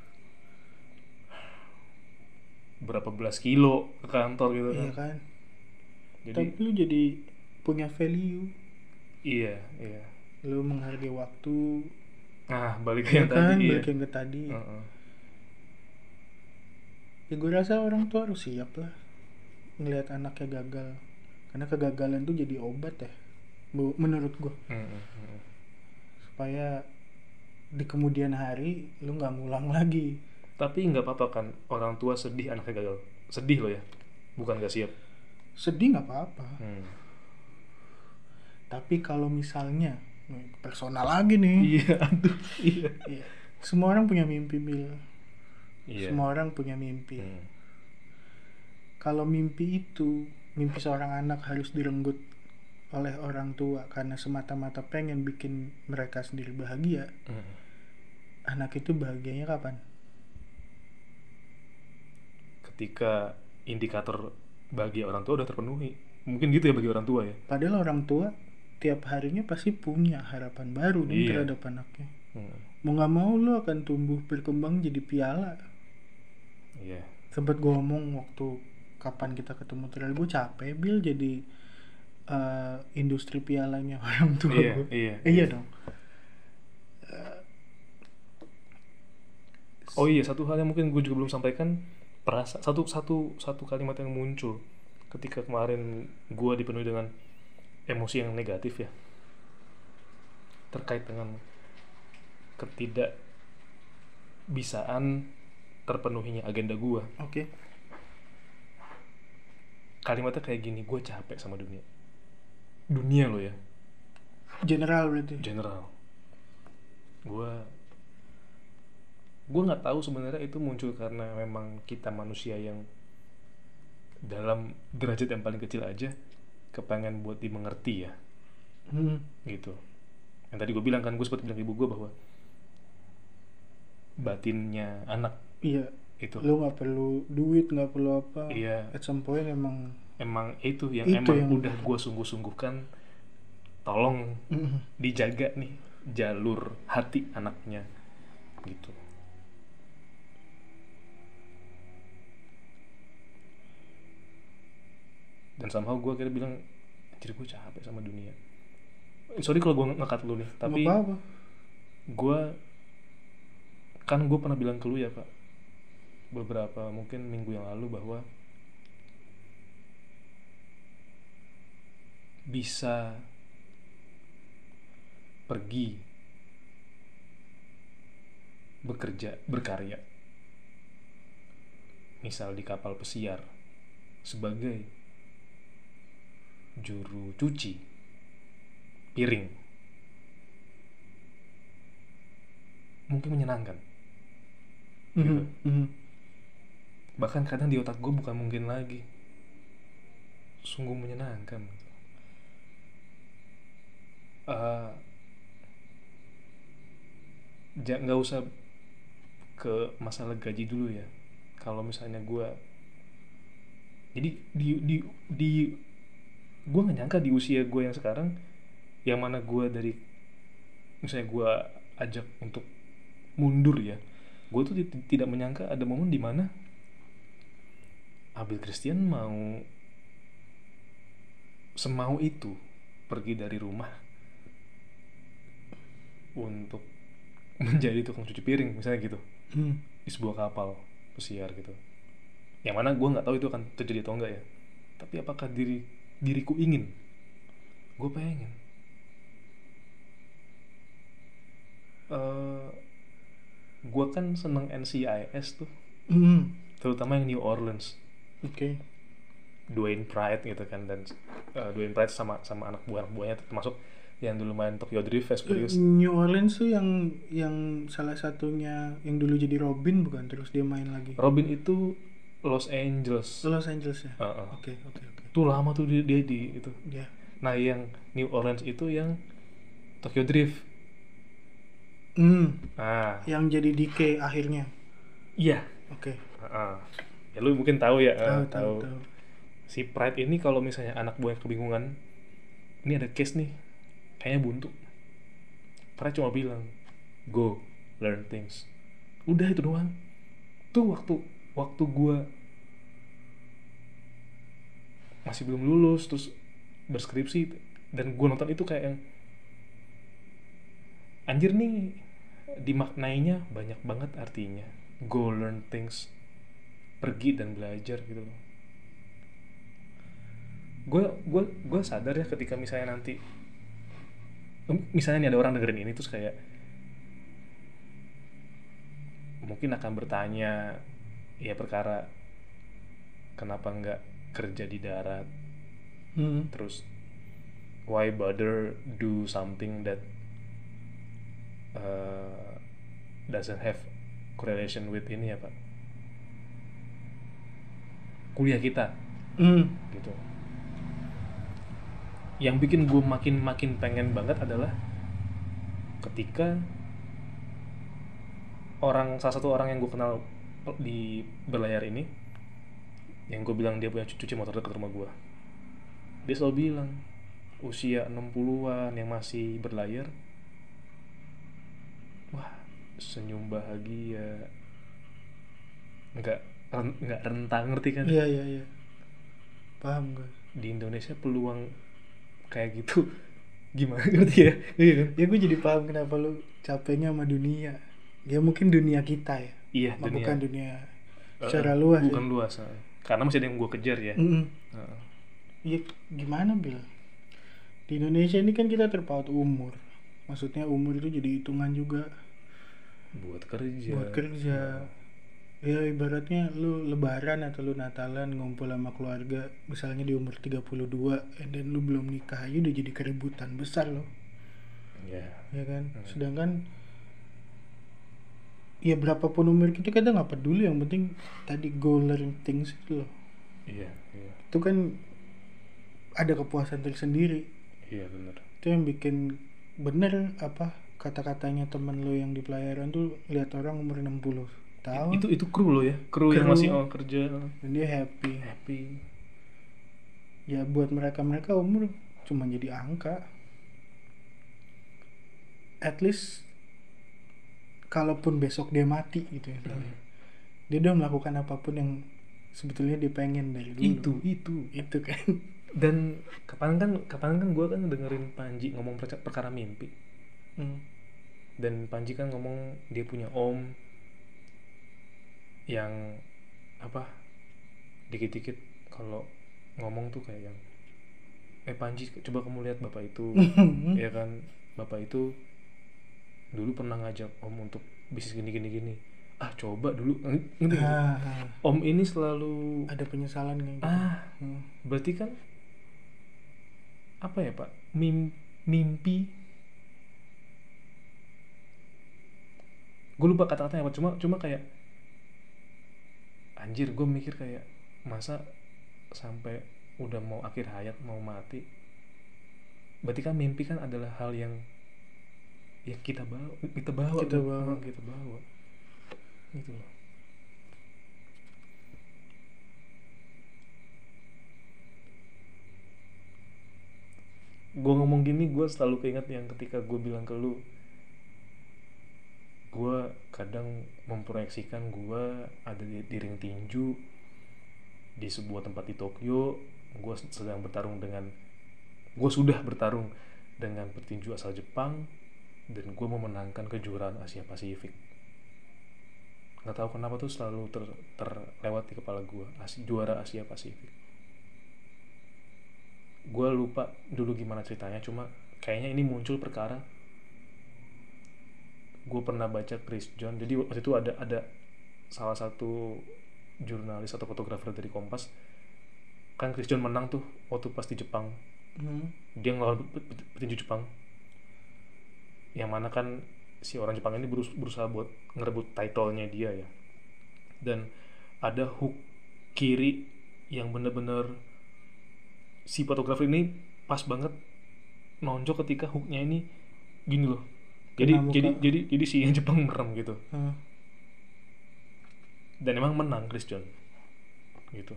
berapa belas kilo ke kantor gitu kan. Iya kan. Jadi, tapi lu jadi punya value. Iya. Lu menghargai waktu. Nah, balik ke yang tadi. Ya gue rasa orang tua harus siap lah ngelihat anaknya gagal, karena kegagalan tuh jadi obat ya menurut gue. Supaya di kemudian hari lu nggak ngulang lagi. Tapi nggak apa-apa kan orang tua sedih anaknya gagal, sedih loh ya, bukan nggak siap. Sedih nggak apa-apa. Tapi kalau misalnya Personal lagi nih. Iya, aduh, iya. Iya. Semua orang punya mimpi, Bil. Iya. Semua orang punya mimpi. Hmm. Kalau mimpi itu, mimpi seorang anak harus direnggut oleh orang tua karena semata-mata pengen bikin mereka sendiri bahagia. Hmm. Anak itu bahagianya kapan? Ketika indikator bagi orang tua udah terpenuhi. Mungkin gitu ya bagi orang tua ya. Padahal orang tua tiap harinya pasti punya harapan baru nih Iya. terhadap anaknya. Hmm. Mau gak mau lo akan tumbuh berkembang jadi piala. Iya. Sempet gue ngomong waktu kapan kita ketemu terakhir, gue capek Bil jadi industri pialanya orang tua Iya, gue. iya. Iya dong. Oh iya, satu hal yang mungkin gue juga belum sampaikan, satu kalimat yang muncul ketika kemarin gue dipenuhi dengan emosi yang negatif ya, terkait dengan ketidakbisaan terpenuhinya agenda gue. Oke. Kalimatnya kayak gini, gue capek sama dunia lo ya, General berarti. general. Gue nggak tahu sebenarnya itu muncul karena memang kita manusia yang dalam derajat yang paling kecil aja kepengen buat dimengerti ya, gitu. Yang tadi gue bilang kan, gue sempat bilang ibu gue bahwa batinnya anak Iya. itu, Lo nggak perlu duit, nggak perlu apa. iya, At some point emang itu yang Itu emang yang- udah gue sungguh-sungguhkan, tolong dijaga nih jalur hati anaknya gitu. Dan somehow gue akhirnya bilang, anjir gue capek sama dunia. Sorry kalau gue ngekat lu nih, tapi nggak apa-apa. gue pernah bilang ke lu ya Pak, beberapa mungkin minggu yang lalu, bahwa bisa pergi bekerja, berkarya, misal di kapal pesiar sebagai juru cuci piring, mungkin menyenangkan gitu. Bahkan kadang di otak gue bukan mungkin lagi, sungguh menyenangkan. Nggak usah ke masalah gaji dulu ya. Kalau misalnya gue, jadi gue nggak nyangka di usia gue yang sekarang, yang mana gue dari misalnya gue ajak untuk mundur ya, gue tuh tidak menyangka ada momen dimana Abil Christian mau semau itu pergi dari rumah untuk menjadi tukang cuci piring misalnya gitu, di sebuah kapal pesiar gitu. Yang mana gue nggak tahu itu akan terjadi atau enggak ya, tapi apakah diriku ingin? Gue pengen. Gue kan seneng NCIS tuh, terutama yang New Orleans. Oke. Dwayne Pride gitu kan, dan Dwayne Pride sama anak buahnya termasuk yang dulu main Tokyo Drift, Fast Furious. New Orleans tuh yang salah satunya yang dulu jadi Robin bukan, terus dia main lagi. Robin itu Los Angeles. Los Angeles ya. Uh-uh. Oke. Itu lama tuh dia di itu. Ya. Nah yang New Orleans itu yang Tokyo Drift. Nah, Yang jadi DK akhirnya. iya. Oke. Ya lu mungkin tahu ya. Tahu. Si Pride ini kalau misalnya anak buahnya kebingungan, ini ada case nih, kayaknya buntu, Pride cuma bilang, go learn things. Udah itu doang. Tuh waktu gue masih belum lulus terus berskripsi, dan gue nonton itu kayak yang, anjir nih, dimaknainya banyak banget artinya. Go learn things, pergi dan belajar gitu loh. Gue sadar ya, ketika misalnya nanti misalnya nih ada orang dengerin ini terus kayak mungkin akan bertanya, ya perkara kenapa nggak kerja di darat, terus why bother do something that uh, doesn't have correlation with ini ya Pak, kuliah kita gitu. Yang bikin gue makin pengen banget adalah ketika salah satu orang yang gue kenal di berlayar ini, yang gue bilang dia punya cuci motor dekat rumah gue, dia selalu bilang usia 60-an yang masih berlayar, wah senyum bahagia, nggak rentang, ngerti kan? Iya paham gue. Di Indonesia peluang kayak gitu gimana, ngerti ya? Iya kan? Ya gue jadi paham kenapa lu capeknya sama dunia. Ya mungkin dunia kita ya. Iya, bukan dunia secara luas. Bukan ya. luas, karena masih ada yang gue kejar ya. Ya gimana Bil? Di Indonesia ini kan kita terpaut umur. Maksudnya umur itu jadi hitungan juga buat kerja. Ya ibaratnya lu lebaran atau lu natalan ngumpul sama keluarga, misalnya di umur 32, dan lu belum nikah aja udah jadi keributan besar loh. Ya kan? Sedangkan ya berapapun umur kita nggak peduli, yang penting tadi go learn things itu loh. Iya. Itu kan ada kepuasan tersendiri. Iya benar. Itu yang bikin bener apa kata-katanya temen lo yang di pelayaran tuh, lihat orang umur 60 tahun. Itu kru lo ya, kru yang masih kerja. Dan dia happy. Ya buat mereka umur cuma jadi angka. At least kalaupun besok dia mati gitu ya, dia udah melakukan apapun yang sebetulnya dia pengen dari dulu. Itu kan. Dan kapan kan gue kan dengerin Panji ngomong perkara mimpi. Dan Panji kan ngomong dia punya om yang apa, dikit-dikit kalau ngomong tuh kayak yang Panji coba kamu lihat bapak itu ya kan, bapak itu dulu pernah ngajak om untuk bisnis gini, coba dulu, ngerti. Om ini selalu ada penyesalan kayak gitu. Berarti kan apa ya Pak, mimpi, gue lupa kata-katanya apa, cuma kayak anjir, gue mikir kayak masa sampai udah mau akhir hayat, mau mati, berarti kan mimpi kan adalah hal yang ya kita bawa gitu loh. Gue ngomong gini, gue selalu keinget yang ketika gue bilang ke lu, gue kadang memproyeksikan gue ada di ring tinju di sebuah tempat di Tokyo. Gue sudah bertarung dengan petinju asal Jepang, dan gue memenangkan kejuaraan Asia Pasifik. Nggak tahu kenapa tuh selalu terlewat di kepala gue, juara Asia Pasifik. Gue lupa dulu gimana ceritanya, cuma kayaknya ini muncul perkara gue pernah baca Chris John. Jadi waktu itu ada salah satu jurnalis atau fotografer dari Kompas, kan Chris John menang tuh waktu pas di Jepang. Dia ngelawan petinju Jepang, yang mana kan si orang Jepang ini berusaha buat ngerebut title-nya dia ya. Dan ada hook kiri yang bener-bener si fotografer ini pas banget nonjok ketika hooknya ini gini loh. Jadi si yang Jepang merem gitu. Dan emang menang Chris John gitu.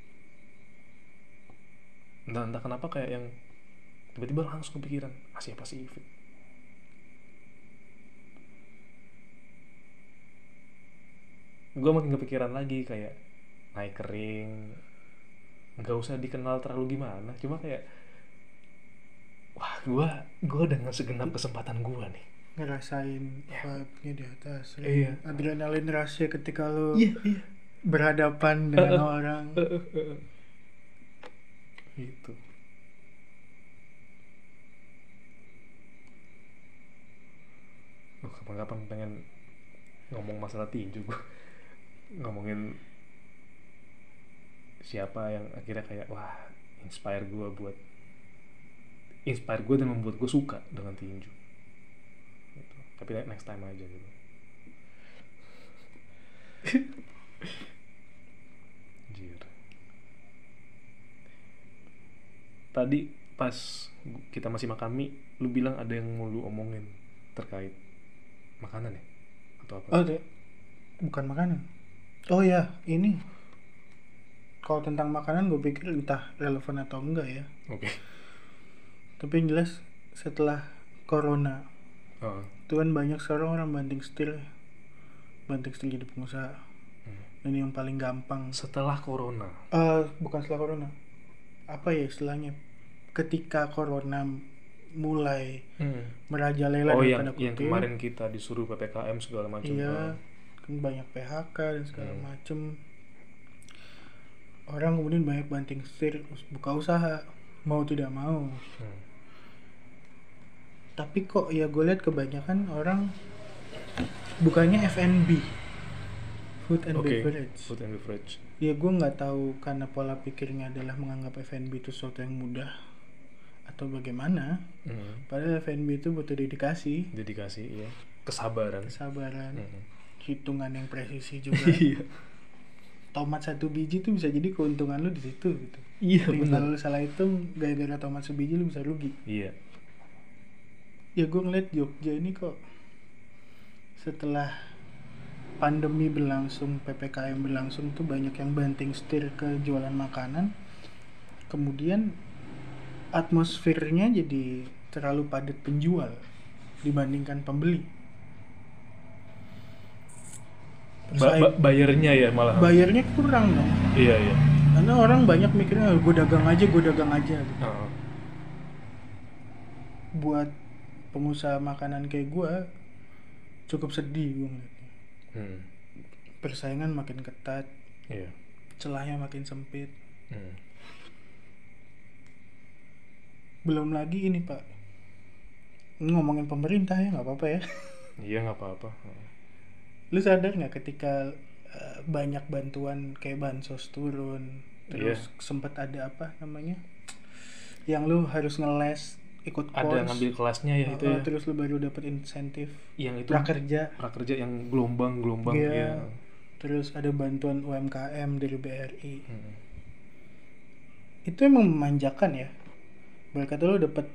Entah kenapa kayak yang tiba-tiba langsung kepikiran Asia Pasifik. Gue makin kepikiran lagi kayak naik ke ring, nggak usah dikenal terlalu gimana, cuma kayak wah gue dengan segenap kesempatan gue nih ngerasain vibe-nya di atas. Iya. Adrenalin rush ketika lo berhadapan dengan orang gitu. Kapan-kapan pengen ngomong masalah tinju, gue ngomongin siapa yang akhirnya kayak wah inspire gue dan membuat gue suka dengan tinju gitu. Tapi next time aja gitu. Anjir. Tadi pas kita masih makan mie, lu bilang ada yang mau lu omongin terkait makanan ya? Atau apa? Oh, bukan makanan. Oh ya, ini. Kalau tentang makanan gue pikir entah relevan atau enggak ya. Oke. Tapi yang jelas setelah corona, Oh. itu kan banyak sekarang orang banting setir jadi pengusaha. Ini yang paling gampang. Setelah corona. Bukan setelah corona. Apa ya istilahnya? Ketika corona mulai merajalela Oh, dan yang kemarin kita disuruh PPKM segala macam. Iya, kan banyak PHK dan segala macem. Orang kemudian banyak banting setir buka usaha, mau tidak mau. Tapi kok ya gue lihat kebanyakan orang bukannya F&B, food and beverage. Food and beverage. Ya gue nggak tahu karena pola pikirnya adalah menganggap F&B itu sesuatu yang mudah atau bagaimana. Padahal F&B itu butuh dedikasi, iya. Kesabaran, hitungan yang presisi juga. Tomat 1 biji tuh bisa jadi keuntungan lu di situ gitu. Iya, benar. Kalau lu salah hitung, gara-gara tomat sebiji lu bisa rugi. Iya. Ya gue ngeliat Jogja ini kok setelah pandemi berlangsung, PPKM berlangsung tuh banyak yang banting setir ke jualan makanan. Kemudian atmosfernya jadi terlalu padat penjual dibandingkan pembeli. Bayarnya ya malah. Bayarnya kurang dong. Iya. Karena orang banyak mikirnya gue dagang aja gitu. Buat pengusaha makanan kayak gue cukup sedih gue ngeliatnya. Persaingan makin ketat. Iya. Celahnya makin sempit. Belum lagi ini Pak, ngomongin pemerintah ya nggak apa-apa ya. Iya, nggak apa-apa. Lu sadar nggak ketika banyak bantuan kayak bansos turun, terus sempat ada apa namanya, yang lu harus ngeles ikut course, ada ngambil kelasnya ya itu ya. Terus lu baru dapat insentif yang itu prakerja yang gelombang ya. Terus ada bantuan UMKM dari BRI. Itu emang memanjakan ya. Berkata lu dapat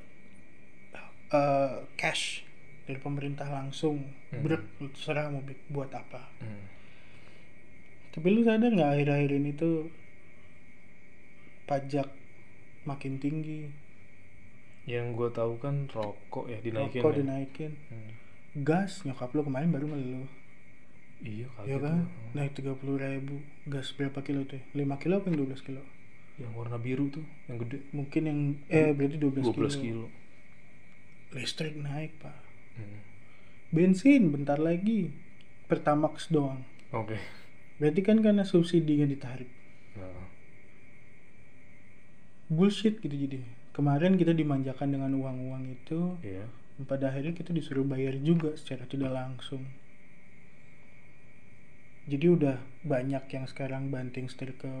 cash dari pemerintah langsung, terserah mau buat apa. Tapi lu sadar nggak akhir-akhir ini tuh pajak makin tinggi. Yang gue tahu kan rokok ya dinaikin. Dinaikin. Gas nyokap lu kemarin baru ngeluh. Iya kaget. Ya kan? Naik 30.000. Gas berapa kilo tuh? 5 kilo apa yang 12 kilo? Yang warna biru tuh, yang gede. Mungkin yang berarti 12 kilo. Listrik naik, Pak. Bensin bentar lagi Pertamax doang. Oke. Berarti kan karena subsidinya ditarik. Bullshit gitu jadi. Kemarin kita dimanjakan dengan uang-uang itu. Iya. Pada akhirnya kita disuruh bayar juga secara tidak langsung. Jadi udah banyak yang sekarang banting setir ke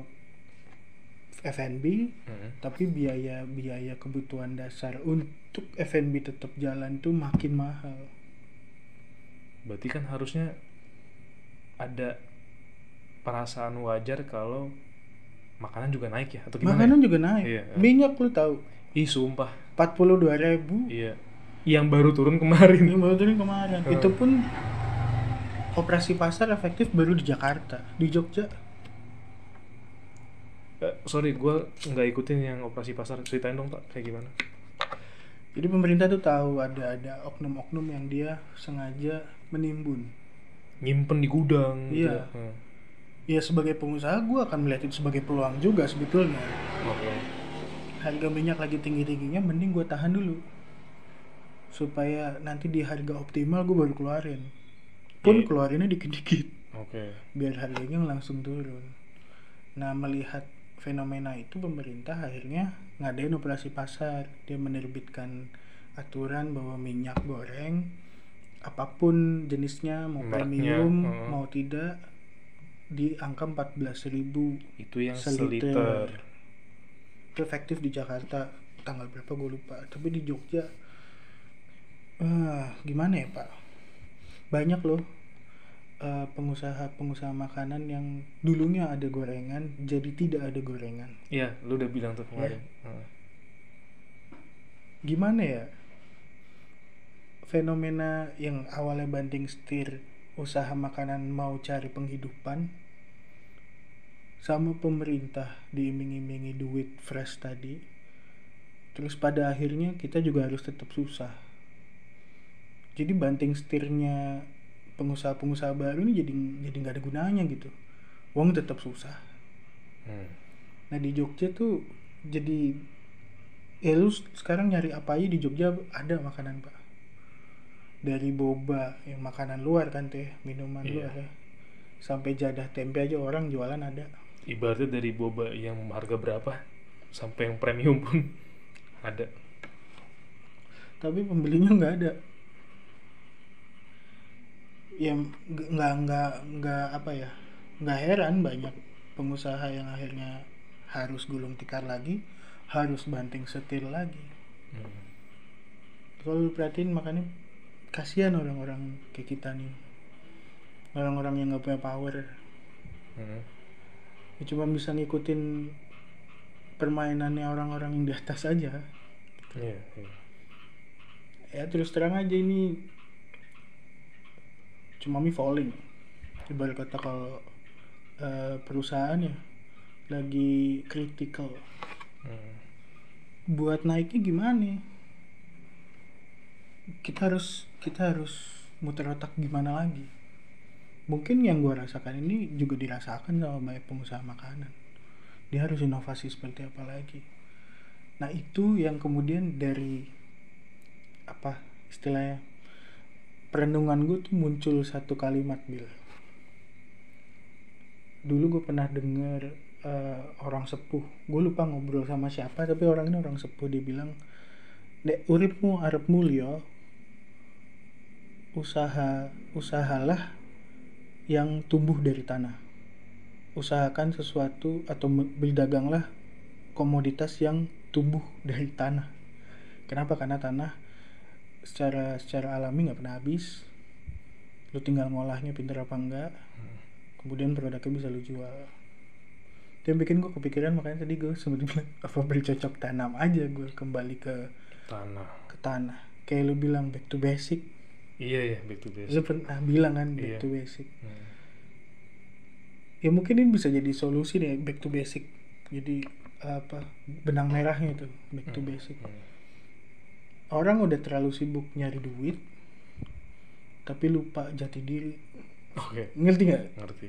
F&B, tapi biaya kebutuhan dasar untuk F&B tetap jalan tuh makin mahal. Berarti kan harusnya ada perasaan wajar kalau makanan juga naik ya, atau gimana? Makanan juga naik. Iya. Minyak lu tahu? Ih sumpah. 42.000. Iya. Yang baru turun kemarin. Itu pun operasi pasar efektif baru di Jakarta, di Jogja. Sorry, gue nggak ikutin yang operasi pasar. Ceritain dong Pak, kayak gimana? Jadi pemerintah tuh tahu ada oknum-oknum yang dia sengaja menimbun, nyimpen di gudang. Iya. Gitu. Ya sebagai pengusaha gue akan melihat itu sebagai peluang juga sebetulnya. Harga minyak lagi tinggi-tingginya, mending gue tahan dulu supaya nanti di harga optimal gue baru keluarin. Pun keluarinnya dikit-dikit. Biar harganya langsung turun. Nah melihat fenomena itu, pemerintah akhirnya ngadain operasi pasar. Dia menerbitkan aturan bahwa minyak goreng apapun jenisnya, mau premium mau tidak, di angka 14.000 itu yang seliter. Itu efektif di Jakarta tanggal berapa gue lupa, tapi di Jogja gimana ya Pak, banyak loh pengusaha-pengusaha makanan yang dulunya ada gorengan jadi tidak ada gorengan. Iya, lu udah bilang tuh Ya, kemarin. gimana ya, fenomena yang awalnya banting setir usaha makanan mau cari penghidupan sama pemerintah diiming-imingi duit fresh tadi, terus pada akhirnya kita juga harus tetap susah. Jadi banting setirnya pengusaha-pengusaha baru ini jadi nggak ada gunanya gitu. Uang tetap susah. Hmm. Nah di Jogja tuh jadi ya lu sekarang nyari apa aja di Jogja ada makanan pak. Dari boba yang makanan luar kan teh, minuman Iya. luar ya, sampai jadah tempe aja orang jualan ada. Ibaratnya dari boba yang harga berapa sampai yang premium pun ada. Tapi pembelinya nggak ada. Ya nggak apa ya, nggak heran banyak pengusaha yang akhirnya harus gulung tikar lagi, harus banting setir lagi. Kalau lu perhatiin makanya kasihan orang-orang kayak kita nih, orang-orang yang nggak punya power. Ya cuma bisa ngikutin permainannya orang-orang yang di atas aja. Iya. Ya terus terang aja ini cuma me falling. Ibarat kata kalau perusahaan ya lagi critical, buat naiknya gimana? Kita harus muter otak gimana lagi. Mungkin yang gue rasakan ini juga dirasakan sama banyak pengusaha makanan. Dia harus inovasi seperti apa lagi. Nah itu yang kemudian dari apa istilahnya, perenungan gue tuh muncul satu kalimat Bil. Dulu gue pernah denger orang sepuh, gue lupa ngobrol sama siapa tapi orang ini orang sepuh, dia bilang, dek uripmu arep mulya, usahalah yang tumbuh dari tanah. Usahakan sesuatu atau berdaganglah komoditas yang tumbuh dari tanah. Kenapa? Karena tanah secara alami nggak pernah habis. Lu tinggal ngolahnya pinter apa enggak, kemudian produknya bisa lu jual. Itu yang bikin gue kepikiran, makanya tadi gue sempat bilang apa bercocok tanam aja gue kembali ke tanah. Kayak lu bilang back to basic. Iya, back to basic. Lu pernah bilang kan back to basic. Ya mungkin ini bisa jadi solusi deh, back to basic. Jadi apa, benang merahnya itu back to basic. Orang udah terlalu sibuk nyari duit tapi lupa jati diri. Ngerti nggak? Ngerti.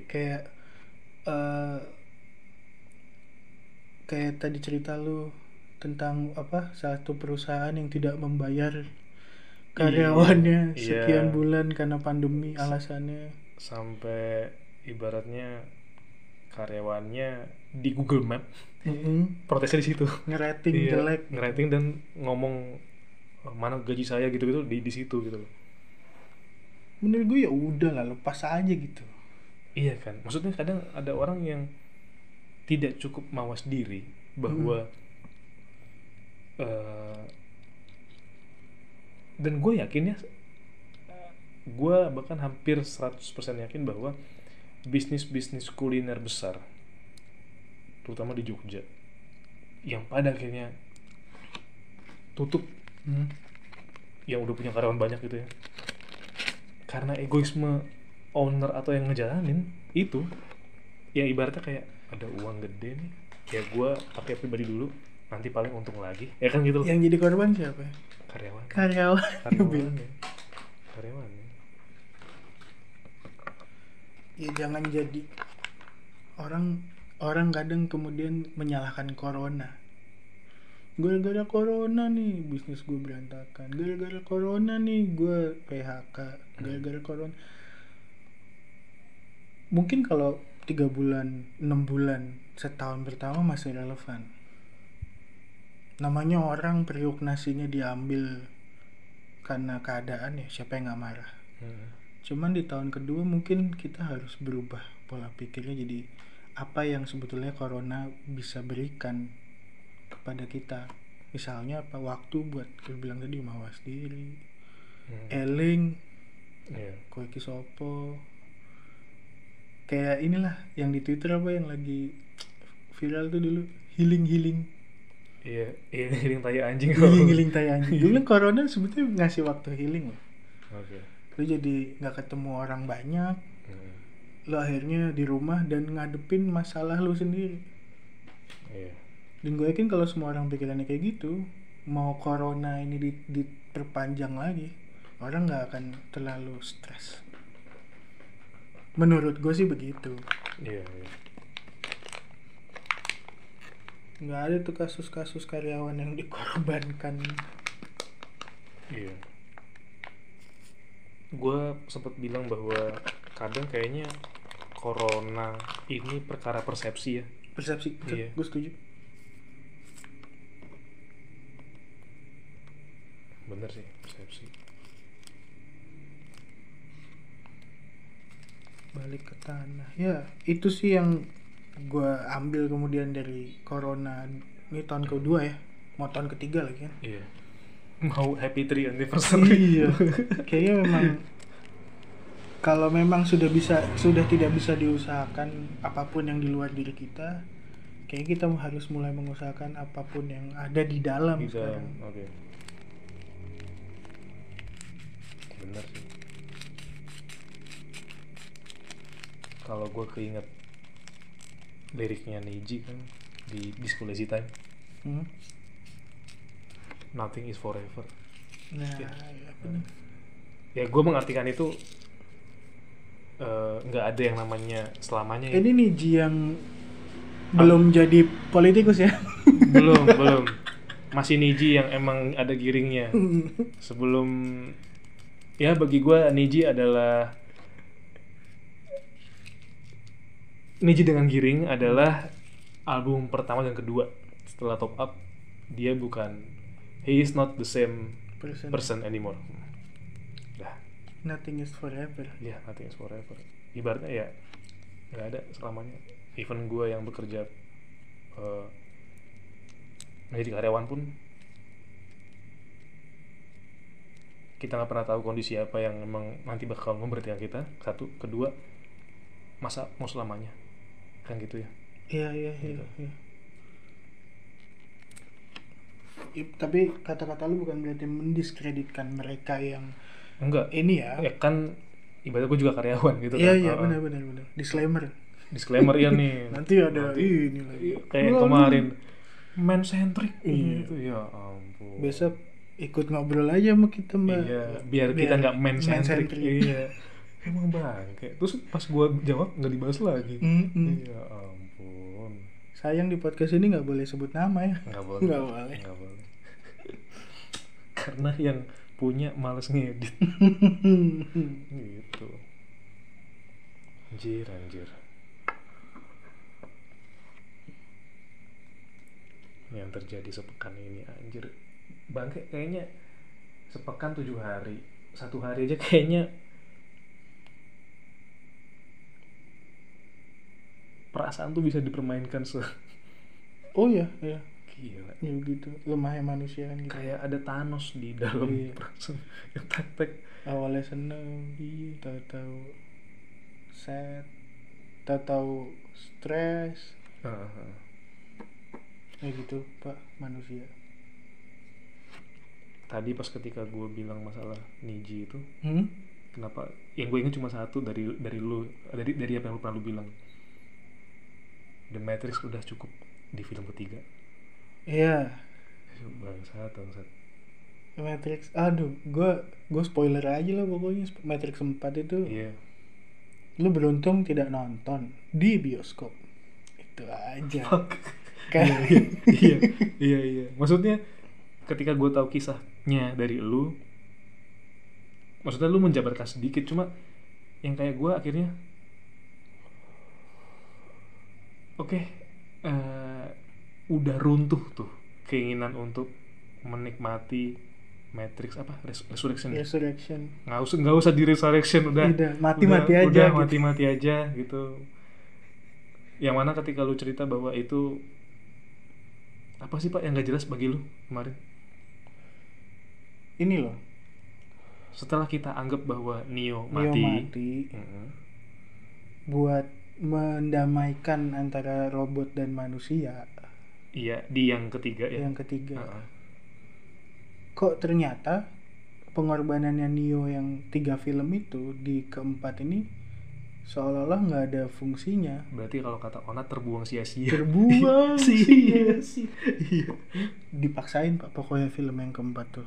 Kayak tadi cerita lu tentang apa, satu perusahaan yang tidak membayar karyawannya sekian bulan karena pandemi, alasannya sampai ibaratnya karyawannya di Google Map protesnya di situ, ngerating jelek, ngerating dan ngomong mana gaji saya gitu di situ gitu. Menurut gue ya udah lah, lepas aja gitu. Iya kan, maksudnya kadang ada orang yang tidak cukup mawas diri bahwa dan gue yakin ya, gue bahkan hampir 100% yakin bahwa bisnis kuliner besar terutama di Jogja yang pada akhirnya tutup, yang udah punya karyawan banyak gitu ya, karena egoisme owner atau yang ngejalanin itu. Ya ibaratnya kayak ada uang gede nih, ya gue pakai pribadi dulu, nanti paling untung lagi, ya kan gitu loh. Yang jadi korban siapa? Karyawan ya. Jangan jadi orang kadang kemudian menyalahkan corona. Gara-gara corona nih bisnis gue berantakan, gara-gara corona nih gue PHK, gara-gara corona. Mungkin kalau 3 bulan, 6 bulan, setahun pertama masih relevan. Namanya orang periuk nasinya diambil karena keadaan, ya siapa yang gak marah. Cuman di tahun kedua mungkin kita harus berubah pola pikirnya, jadi apa yang sebetulnya corona bisa berikan kepada kita. Misalnya apa, waktu buat, gue bilang tadi, mawas diri, eling, Iya. Kowe iki sopo. Kayak inilah yang di Twitter apa yang lagi viral tuh dulu, healing Iya, iya healing tai anjing. healing tai anjing. Gue bilang corona sebetulnya ngasih waktu healing loh. Oke. Lu jadi nggak ketemu orang banyak, Hmm. lu akhirnya di rumah dan ngadepin masalah lu sendiri. Iya. Dan gue yakin kalau semua orang pikirannya kayak gitu, mau corona ini diperpanjang lagi, orang nggak akan terlalu stres. Menurut gue sih begitu. Iya, iya. Nggak ada tuh kasus-kasus karyawan yang dikorbankan. Iya. Gue sempat bilang bahwa kadang kayaknya corona ini perkara persepsi ya. Persepsi, Iya. gue setuju. Bener sih, persepsi. Balik ke tanah. Ya, itu sih yang gue ambil kemudian dari corona. Ini tahun kedua ya, mau tahun ketiga lagi kan. Iya. Mau happy 3 anniversary. Iya, kayaknya memang kalau memang sudah tidak bisa diusahakan apapun yang di luar diri kita, kayaknya kita harus mulai mengusahakan apapun yang ada di dalam Di dalam. sekarang. Oke. Bener sih. Kalau gue keinget liriknya Niji kan di School Lazy Time, Hmm? nothing is forever. Nah, Ya. ya benar. Ya gue mengartikan itu nggak ada yang namanya selamanya ya. Ini Niji yang belum jadi politikus ya? belum masih Niji yang emang ada giringnya. Sebelum, ya bagi gue Niji adalah Niji dengan giring adalah album pertama dan kedua setelah Top Up. Dia bukan, he is not the same person anymore. Dah, Nothing is forever. ya nothing is forever. Ibaratnya ya nggak ada selamanya. Even gue yang bekerja menjadi karyawan pun, kita nggak pernah tahu kondisi apa yang memang nanti bakal memberhentikan kita. Satu, kedua, masa mau selamanya kan gitu ya. Iya. Gitu. Iya. Tapi kata-kata lu bukan berarti mendiskreditkan mereka yang Enggak, ini ya. ya kan ibaratnya gue juga karyawan gitu kan. Iya benar. Disclaimer ya nih. Nanti ada ini lagi. Kayak yang kemarin man centric Iya. gitu ya ampun. Besok ikut ngobrol aja sama kita Mbak. Iya, biar kita nggak man centric. man-centric. Iya. Emang bangke. Terus pas gue jawab nggak dibahas lagi. Mm-mm. Iya ampun. Sayang di podcast ini nggak boleh sebut nama ya. Nggak boleh. Nggak boleh. Nggak boleh. Karena yang punya males ngedit. Gitu. Anjir. Yang terjadi sepekan ini anjir. Bangke kayaknya sepekan 7 hari. 1 hari aja kayaknya perasaan tuh bisa dipermainkan Oh iya. gila. Ya gitu. Lemahnya manusia kan gitu. Kayak ada Thanos di dalam Iya. perasaan yang tek. Awalnya seneng, tahu-tahu sad, tahu-tahu stres. Ya gitu Pak, manusia. Tadi pas ketika gue bilang masalah Niji itu, Hmm? kenapa yang gue ingat cuma satu dari lu, dari apa yang lu pernah lu bilang, The Matrix udah cukup di film ketiga. Iya. Bangsat. Matrix, aduh, gue spoiler aja lah pokoknya. Matrix 4 itu, Iya. lu beruntung tidak nonton di bioskop. Itu aja. Kan? Iya. Maksudnya ketika gue tahu kisahnya dari lu, maksudnya lu menjabarkan sedikit, cuma yang kayak gue akhirnya udah runtuh tuh keinginan untuk menikmati Matrix apa Resurrection. nggak usah di Resurrection, udah mati aja gitu. Yang mana ketika lu cerita bahwa itu apa sih Pak yang nggak jelas bagi lu kemarin? Ini loh, setelah kita anggap bahwa Neo Neo mati, mati buat mendamaikan antara robot dan manusia. iya di yang ketiga ya. Yang ketiga. Heeh. Kok ternyata pengorbanannya Neo yang 3 film itu di keempat ini seolah-olah nggak ada fungsinya. Berarti kalau kata Ona terbuang sia-sia. Terbuang sia-sia. Iya. Dipaksain Pak pokoknya film yang keempat tuh.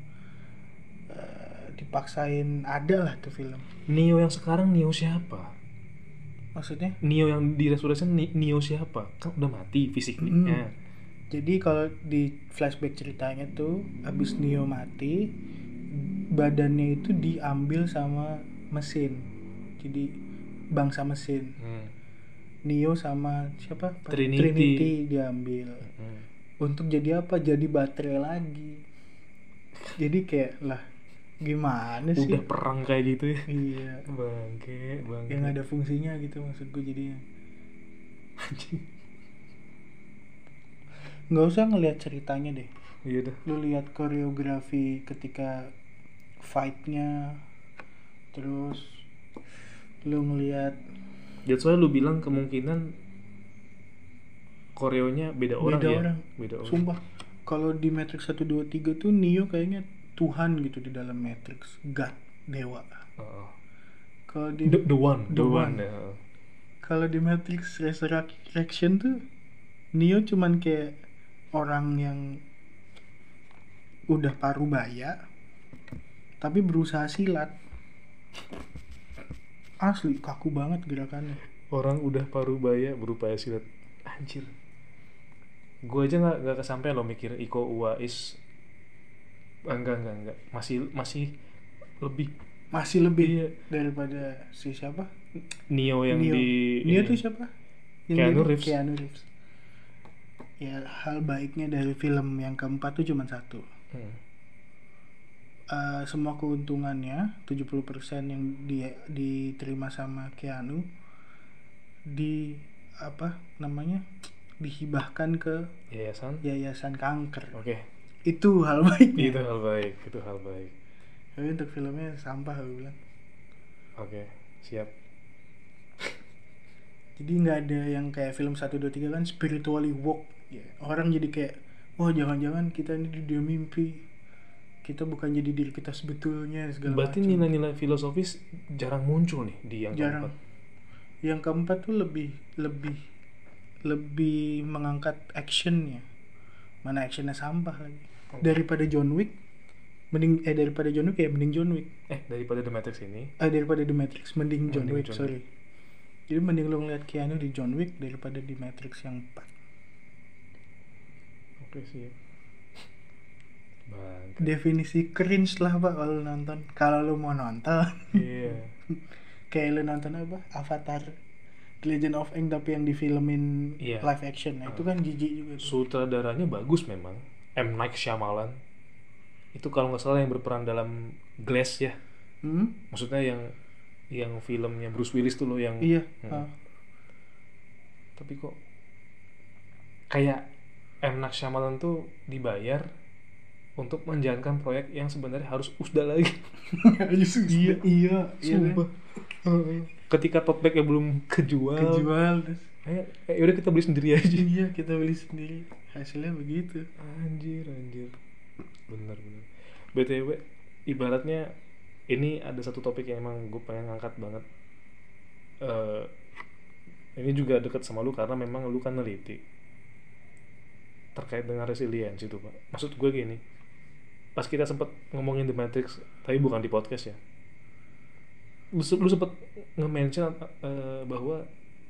Dipaksain ada lah tuh film. Neo yang sekarang Neo siapa? Maksudnya? Neo yang di Resurrection Neo siapa? Kan udah mati fisiknya. Jadi kalau di flashback ceritanya tuh abis Neo mati, badannya itu diambil sama mesin. Jadi bangsa mesin. Neo sama siapa? Trinity diambil. Untuk jadi apa? Jadi baterai lagi. Jadi kayak lah gimana sih? Udah perang kayak gitu ya. Iya. Bangke. Yang ada fungsinya gitu maksud gue jadinya. Nggak usah ngelihat ceritanya deh. Iya dah. Lu lihat koreografi ketika fight-nya, terus lu ngelihat. That's why lu bilang kemungkinan koreonya beda orang ya. Beda orang. Sumpah. Kalau di Matrix 1 2 3 tuh Neo kayaknya Tuhan gitu di dalam Matrix, God, dewa. Kalau di The one. Ya. Kalau di Matrix Resurrection tuh Neo cuman kayak orang yang udah parubaya tapi berusaha silat. Asli kaku banget gerakannya. Orang udah parubaya berupaya silat. Anjir. Gue aja nggak kesampean lo mikir Iko Uwais. Enggak. Masih lebih iya. Daripada si siapa? Neo yang di Neo tuh siapa? Keanu Reeves. Ya hal baiknya dari film yang keempat tuh cuma satu. Semua keuntungannya 70% yang diterima sama Keanu dihibahkan ke yayasan kanker. Oke. Itu hal baiknya. Itu hal baik. Tapi untuk filmnya sampah gue bilang. Oke, siap. Jadi nggak ada yang kayak film 1 2 3 kan spiritually woke. Ya, orang jadi kayak wah jangan-jangan kita ini di dunia mimpi. Kita bukan jadi diri kita sebetulnya segala macam. Berarti nilai-nilai filosofis jarang muncul nih di yang keempat. Yang keempat tuh lebih mengangkat actionnya. Mana actionnya sampah lagi. Daripada John Wick mending daripada John Wick John Wick. Daripada The Matrix ini. Daripada The Matrix mending John Wick. Jadi mending lo ngeliat Keanu di John Wick daripada di Matrix yang 4. Oke sih. Definisi cringe lah Pak kalau nonton. Kalau lo mau nonton. Iya. Kayak lo nonton apa? Avatar The Legend of Aang tapi yang difilmin live action. Nah, itu kan jijik juga tuh. Sutradaranya bagus memang. M. Night Shyamalan. Itu kalau nggak salah yang berperan dalam Glass ya. Maksudnya yang filmnya Bruce Willis tuh loh yang. Iya. Tapi kok kayak M. Night Shyamalan tuh dibayar untuk menjalankan proyek yang sebenarnya harus usda lagi. Iya. Sumpah. Ketika tote bag belum kejual terus. Yaudah kita beli sendiri aja. Iya, kita beli sendiri. Hasilnya begitu. Anjir. Bener. BTW, ibaratnya ini ada satu topik yang emang gue pengen ngangkat banget. Ini juga dekat sama lu karena memang lu kan neliti terkait dengan resiliensi itu Pak. Maksud gue gini, pas kita sempat ngomongin The Matrix, tapi bukan di podcast ya, lu sempat nge-mention bahwa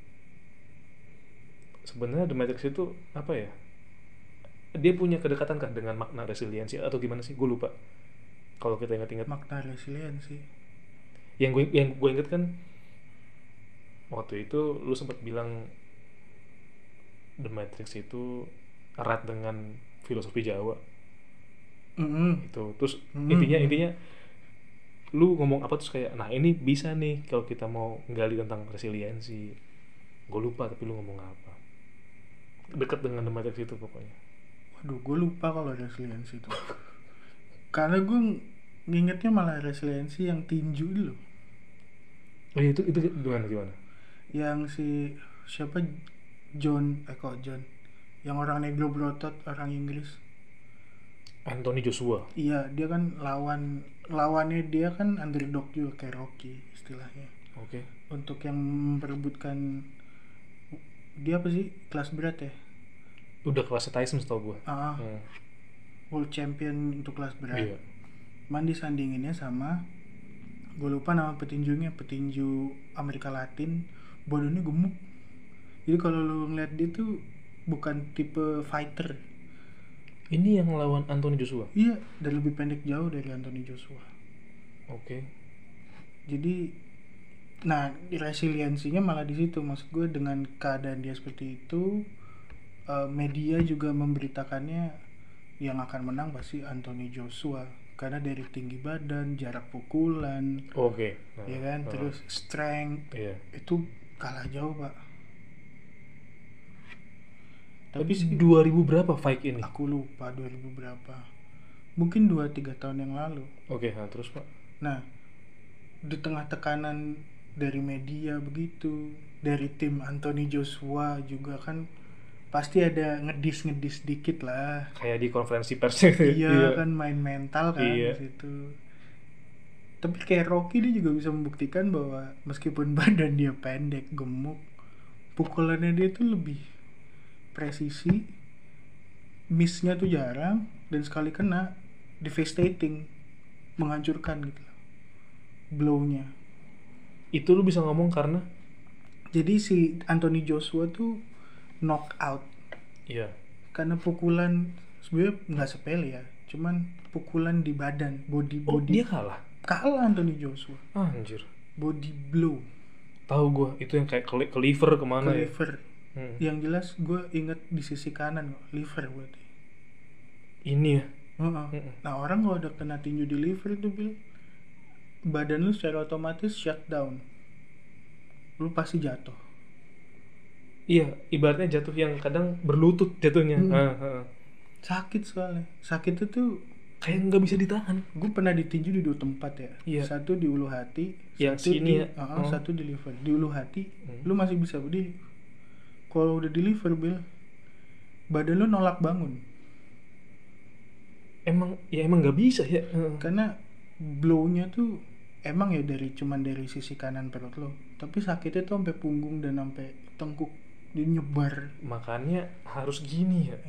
sebenarnya The Matrix itu apa ya, dia punya kedekatan kan dengan makna resiliensi atau gimana sih, gue lupa kalau kita ingat-ingat makna resiliensi. Yang gue ingat kan waktu itu lu sempat bilang The Matrix itu erat dengan filosofi Jawa. Itu terus intinya lu ngomong apa terus kayak nah ini bisa nih kalau kita mau gali tentang resiliensi. Gue lupa tapi lu ngomong apa dekat dengan The Matrix itu pokoknya. Waduh, gue lupa kalau resiliensi itu. Karena gue Ngingetnya malah resiliensi yang tinju dulu. Oh iya, itu gimana? Yang si siapa, John, kok John, yang orang negro berotot, orang Inggris. Anthony Joshua. Iya, dia kan lawannya dia kan underdog juga kayak Rocky istilahnya. Oke. Untuk yang memperebutkan, dia apa sih, kelas berat ya? Udah kelasnya Tyson setahu gue. World champion untuk kelas berat. Iya. Man disandinginnya sama, gue lupa nama petinjunya, petinju Amerika Latin, badannya gemuk. Jadi kalau lu ngeliat dia tuh bukan tipe fighter. Ini yang melawan Anthony Joshua. Iya, dan lebih pendek jauh dari Anthony Joshua. Oke. Jadi, nah resiliensinya malah di situ. Maksud gue dengan keadaan dia seperti itu, media juga memberitakannya yang akan menang pasti Anthony Joshua karena dari tinggi badan, jarak pukulan, Oke. ya kan, terus strength, Iya. itu kalah jauh pak. Tapi 2000 berapa fight ini? Aku lupa 2000 berapa, mungkin 2-3 tahun yang lalu. Oke, nah terus pak. Nah, di tengah tekanan dari media begitu, dari tim Anthony Joshua juga kan pasti ada ngedis dikit lah. Kayak di konferensi pers gitu. Iya kan, main mental kan Iya. di situ. Tapi kayak Rocky dia juga bisa membuktikan bahwa meskipun badan dia pendek, gemuk, pukulannya dia tuh lebih presisi, missnya tuh jarang, dan sekali kena devastating, menghancurkan gitu loh, blownya. Itu lu bisa ngomong karena? Jadi si Anthony Joshua tuh knock out Iya. karena pukulan, sebenarnya nggak sepele ya, cuman pukulan di badan, body. Dia kalah Anthony Joshua, anjir. body blow Tahu gue itu yang kayak ke liver kemana ke ya. liver. Yang jelas gue inget di sisi kanan kok, liver berarti ini ya. Nah orang kalau udah kena tinju di liver itu Bil, badan lu secara otomatis shutdown, lu pasti jatuh. Iya, ibaratnya jatuh yang kadang berlutut jatuhnya. Sakit soalnya, sakit itu kayak nggak bisa ditahan. Gue pernah ditinju di 2 tempat ya. Iya. Satu di ulu hati, yang satu sini di, ya. satu di liver. Di ulu hati lu masih bisa berdiri. Kalau udah di liver Bil, badan lu nolak bangun. Emang nggak bisa ya. Karena blownya tuh emang ya cuman dari sisi kanan perut lo, tapi sakitnya tuh sampai punggung dan sampai tengkuk, dia nyebar. Makanya harus gini ya.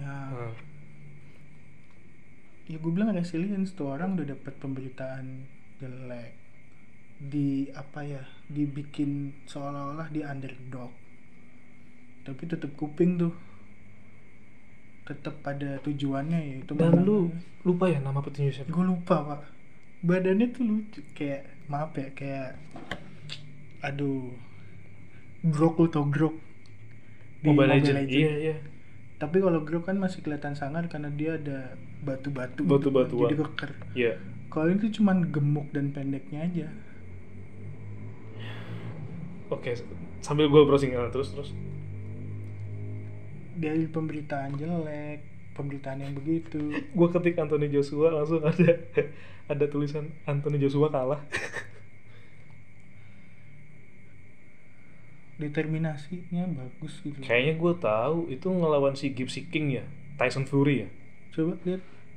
Ya gue bilang resilience tuh, orang udah dapet pemberitaan jelek, dibikin seolah-olah di underdog, tapi tetap kuping tuh, tetap pada tujuannya ya itu. Dan lu lupa ya nama petinju siapa? Gue lupa pak. Badannya tuh lucu, kayak maaf ya, kayak Grok, lu tau Grok di Mobile Legend. Iya. Tapi kalau Grok kan masih kelihatan sangar karena dia ada batu-batu jadi keker. Iya. Kalau ini tuh cuman gemuk dan pendeknya aja. Oke, sambil gue browsing terus. Dari pemberitaan jelek, pemberitaan yang begitu. Gue ketik Anthony Joshua langsung ada tulisan Anthony Joshua kalah. Determinasinya bagus gitu. Kayaknya gue tahu itu ngelawan si Gypsy King ya, Tyson Fury ya. Coba lihat.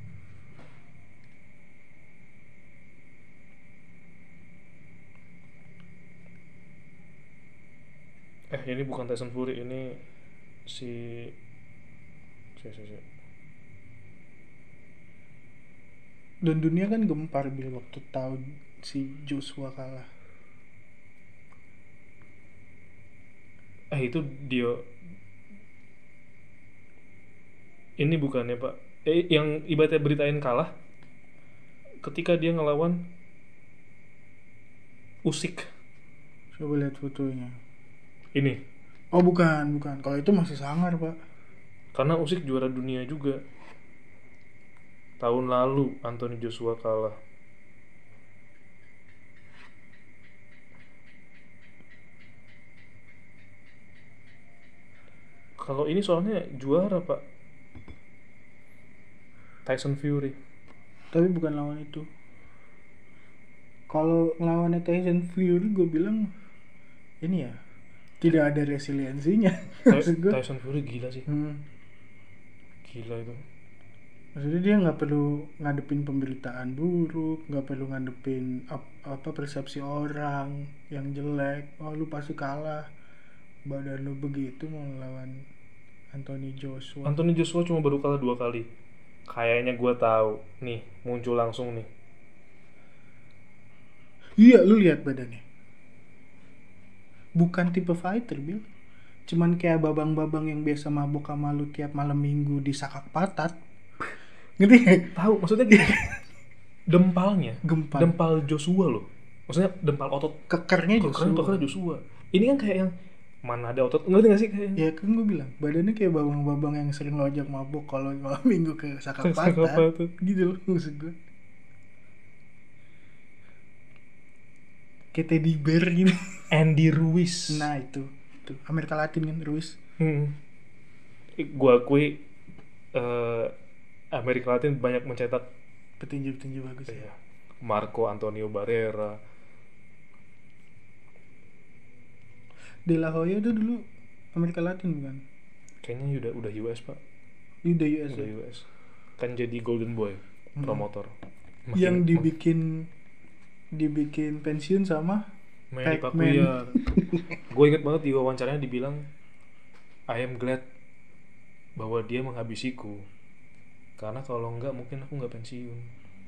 Ini bukan Tyson Fury, ini si Dan dunia kan gempar Bil waktu tahu si Joshua kalah. Itu dia. Ini bukannya pak, yang ibaratnya beritain kalah ketika dia ngelawan Usyk. Coba lihat fotonya. Ini. Oh bukan. Kalau itu masih sangar pak. Karena Usyk juara dunia juga. Tahun lalu Anthony Joshua kalah. Kalau ini soalnya juara pak, Tyson Fury. Tapi bukan lawan itu. Kalau ngelawan Tyson Fury gue bilang ini ya tidak ada resiliensinya. Maksud gue, Tyson Fury gila sih, hmm, gila itu. maksudnya dia nggak perlu ngadepin pemberitaan buruk, nggak perlu ngadepin apa persepsi orang yang jelek. Oh lu pasti kalah, badan lu begitu mau lawan Anthony Joshua. Anthony Joshua cuma baru kalah 2 kali. Kayaknya gue tahu nih, muncul langsung nih. Iya lu lihat badannya, bukan tipe fighter Bill, cuman kayak babang-babang yang biasa mabok sama lu tiap malam minggu di sakak patat. Ngerti gak? Tahu maksudnya gini, dempalnya, Gempal. dempal Joshua loh. Maksudnya dempal otot Kekernya kekernya Joshua. Joshua. Ini kan kayak yang mana ada otot, ngerti gak sih kayak Ya kan gue bilang badannya kayak babang-babang yang sering ngajak mabuk kalau malam minggu ke sakak Sakak patat patat. gitu loh maksud gue. Kayak teddy bear gitu. Andy Ruiz. Nah itu Amerika Latin kan Ruiz. Gua akui Amerika Latin banyak mencetak Petinju-petinju bagus ya. Marco Antonio Barrera. De La Hoya itu dulu Amerika Latin bukan? Kayaknya udah US pak. Udah US Udah ya? US. Kan jadi Golden Boy, promotor. Yang dibikin pensiun sama Manny Pac-Man. Pacquiao. Gue inget banget di wawancaranya dibilang, I am glad bahwa dia menghabisiku, karena kalau enggak mungkin aku nggak pensiun.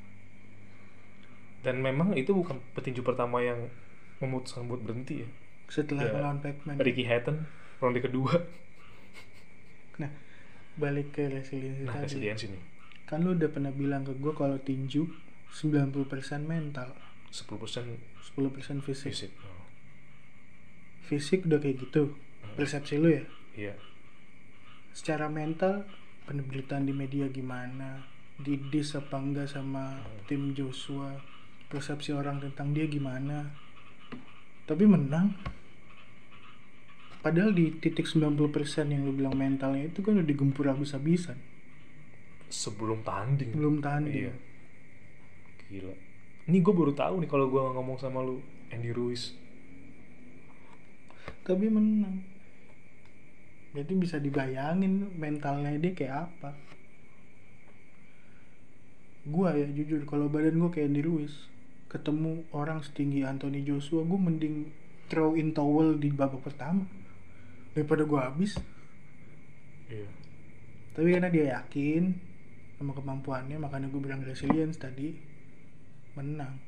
Dan memang itu bukan petinju pertama yang memutuskan buat berhenti ya. Setelah Ya, melawan Pac-Man. Ricky Hatton ronde kedua. Nah balik ke resiliensi Nah, tadi. resiliensi nih. Kan lu udah pernah bilang ke gue kalau tinju 90% mental, 10% 10% fisik. fisik. Oh. Fisik udah kayak gitu, persepsi lu ya. Iya. Secara mental, penderitaan di media gimana, didis apa enggak sama tim Joshua, persepsi orang tentang dia gimana. Tapi menang. Padahal di titik 90% yang lu bilang mentalnya itu kan udah digempur habis-habisan. Sebelum tanding. Belum tanding. Iya. Gila. Ini gue baru tahu nih kalau gue ngomong sama lu Andy Ruiz. Tapi menang. Jadi bisa dibayangin mentalnya dia kayak apa. Gua ya jujur kalau badan gua kayak Andy Ruiz, ketemu orang setinggi Anthony Joshua, gua mending throw in towel di babak pertama daripada gua habis. Iya. Tapi karena dia yakin sama kemampuannya, makanya gua bilang resilience tadi, menang.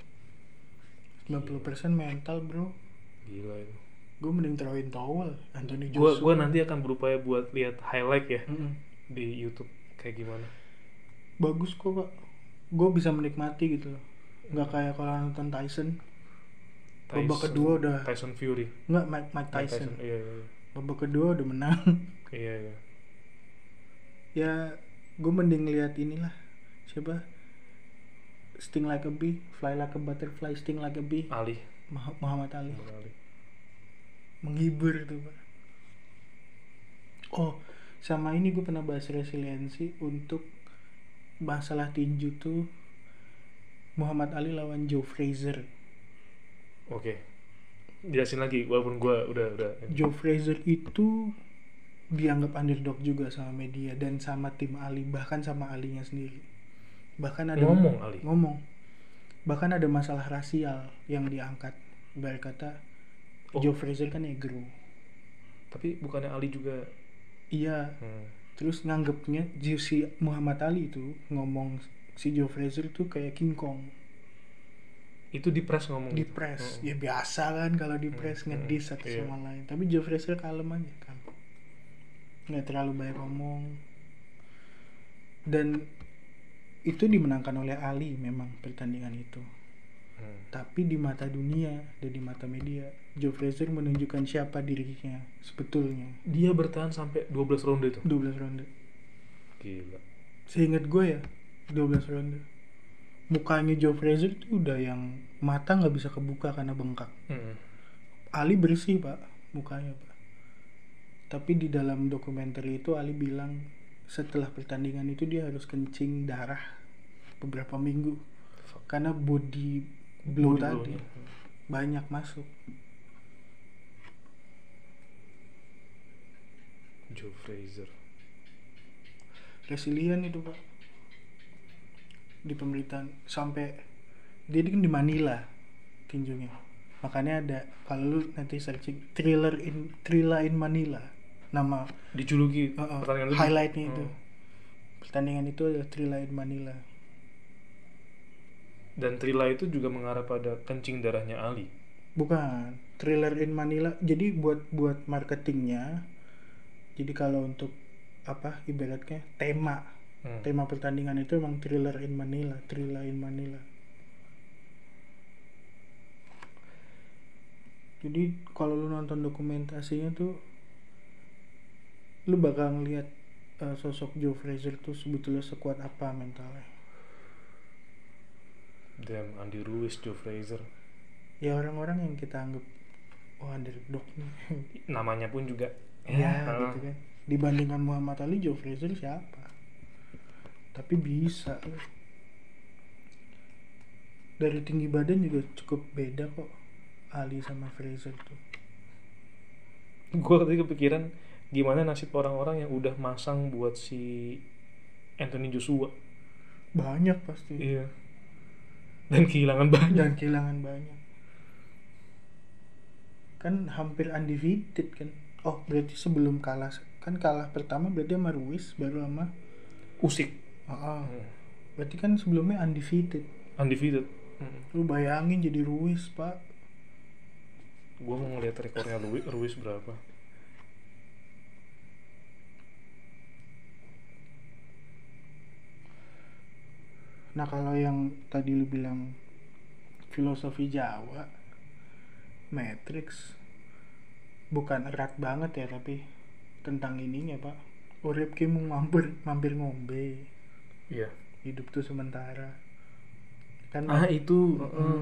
90% mental bro. Gila itu. Gue mending throw in towel Anthony Joshua. Gue nanti akan berupaya buat lihat highlight ya di YouTube kayak gimana. Bagus kok pak, gue bisa menikmati gitu loh. Nggak kayak kalau nonton Tyson. Babak kedua udah Tyson Fury. nggak Mike Tyson. Iya. Babak kedua udah menang. Iya. Ya gue mending lihat inilah, siapa, sting like a bee, fly like a butterfly, sting like a bee, Ali. Muhammad Ali. Menghibur tuh pak. Oh sama ini gue pernah bahas resiliensi untuk masalah tinju tuh, Muhammad Ali lawan Joe Frazier. Oke. Jelasin lagi walaupun gue udah. Joe Frazier itu dianggap underdog juga sama media dan sama tim Ali, bahkan sama Alinya sendiri. Bahkan ada ngomong. Bahkan ada masalah rasial yang diangkat. Ibarat kata Joe Frazier kan negro. Tapi bukannya Ali juga? Iya. Terus nganggepnya si Muhammad Ali itu ngomong si Joe Frazier itu kayak King Kong. Itu di press ngomong. Di press. Ya biasa kan kalau di press ngedis satu sama lain. Tapi Joe Frazier kalem aja kan. Nggak terlalu banyak ngomong. Dan itu dimenangkan oleh Ali memang pertandingan itu. Tapi di mata dunia dan di mata media, Joe Frazier menunjukkan siapa dirinya sebetulnya. Dia bertahan sampai 12 ronde itu. 12 ronde. Gila. Seingat gue ya 12 ronde. Mukanya Joe Frazier itu udah yang mata nggak bisa kebuka karena bengkak. Ali bersih pak mukanya pak. Tapi di dalam dokumenter itu Ali bilang setelah pertandingan itu dia harus kencing darah beberapa minggu karena body Blue Body tadi blow-nya. banyak masuk. Joe Frazier. Resilient itu pak di pemberitaan sampai dia kan di Manila tinjunya, makanya ada kalau lu nanti searching Thrilla in Manila nama Dijuluki pertandingan itu. highlightnya itu pertandingan itu adalah Thrilla in Manila. Dan Thrilla itu juga mengarah pada kencing darahnya Ali. Bukan Thriller in Manila, jadi buat marketingnya. Jadi kalau untuk apa ibaratnya tema pertandingan itu emang Thriller in Manila, Thrilla in Manila. Jadi kalau lu nonton dokumentasinya tuh lu bakal ngeliat sosok Joe Frazier tuh sebetulnya sekuat apa mentalnya. Damn, Andy Ruiz, Joe Frazier. Ya orang-orang yang kita anggap underdog nih. Namanya pun juga Gitu kan. Dibandingkan Muhammad Ali, Joe Frazier siapa? Tapi bisa. Dari tinggi badan juga cukup beda kok Ali sama Frazier tuh. Gue tadi kepikiran gimana nasib orang-orang yang udah masang buat si Anthony Joshua. Banyak pasti. Iya. Dan kehilangan banyak. Kan hampir undefeated kan. Oh berarti sebelum kalah, kan kalah pertama berarti sama Ruiz, baru sama Usyk. Berarti kan sebelumnya undefeated. Lu bayangin jadi Ruiz pak. Gue mau ngeliat rekornya Ruiz berapa. Nah kalau yang tadi lu bilang filosofi Jawa, Matrix bukan erat banget ya, tapi tentang ininya pak, urip ki mung mampir ngombe. Iya. Hidup tuh sementara. Kan Itu.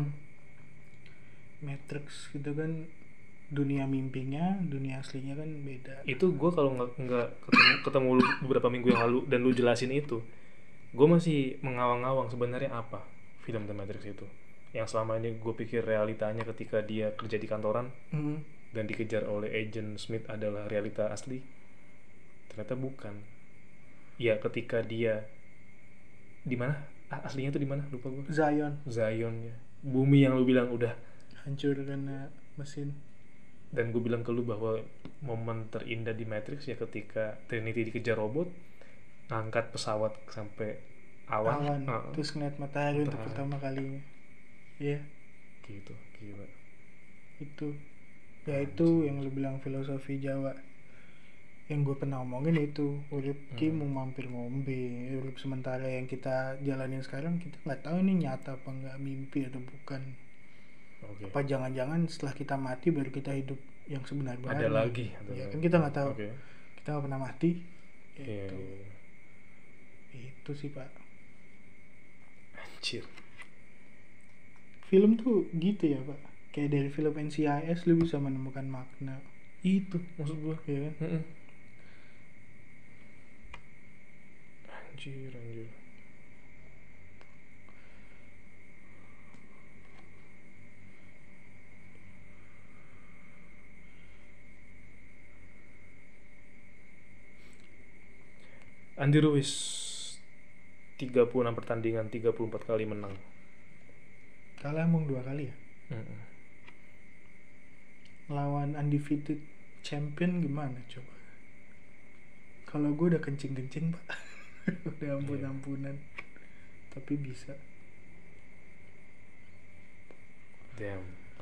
Matrix gitu kan, dunia mimpinya, dunia aslinya kan beda. Itu gue kalau nggak ketemu lu beberapa minggu yang lalu dan lu jelasin itu, gue masih mengawang-awang sebenarnya apa film The Matrix itu. Yang selama ini gue pikir realitanya ketika dia kerja di kantoran dan dikejar oleh agent Smith adalah realita asli, ternyata bukan. Ya ketika dia di mana aslinya tuh di mana lupa gue. Zionnya, bumi yang lu bilang udah hancur karena mesin. Dan gue bilang ke lu bahwa momen terindah di Matrix ya ketika Trinity dikejar robot, ngangkat pesawat sampai awan. Terus ngeliat matahari untuk pertama kalinya. Iya. Gitu, gila. Itu. Ya itu yang lu bilang filosofi Jawa. Yang gue pernah omongin itu, urip ki mau mampir ngombe. Urip sementara yang kita jalanin sekarang kita nggak tahu ini nyata apa nggak, mimpi atau bukan. Apa jangan-jangan setelah kita mati baru kita hidup yang sebenarnya ada lagi ya kan kita nggak tahu. Kita nggak pernah mati. Itu sih pak. Anjir. Film tuh gitu ya pak, kayak dari film NCIS lu bisa menemukan makna. Itu maksud gue. Iya kan. Anjir. Andy Ruiz 36 pertandingan, 34 kali menang. Kalah emang 2 kali ya? Lawan undefeated champion gimana coba? Kalau gue udah kencing pak. Udah ampun-ampunan. Tapi bisa. Damn.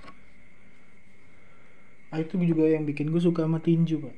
Itu juga yang bikin gue suka sama tinju pak.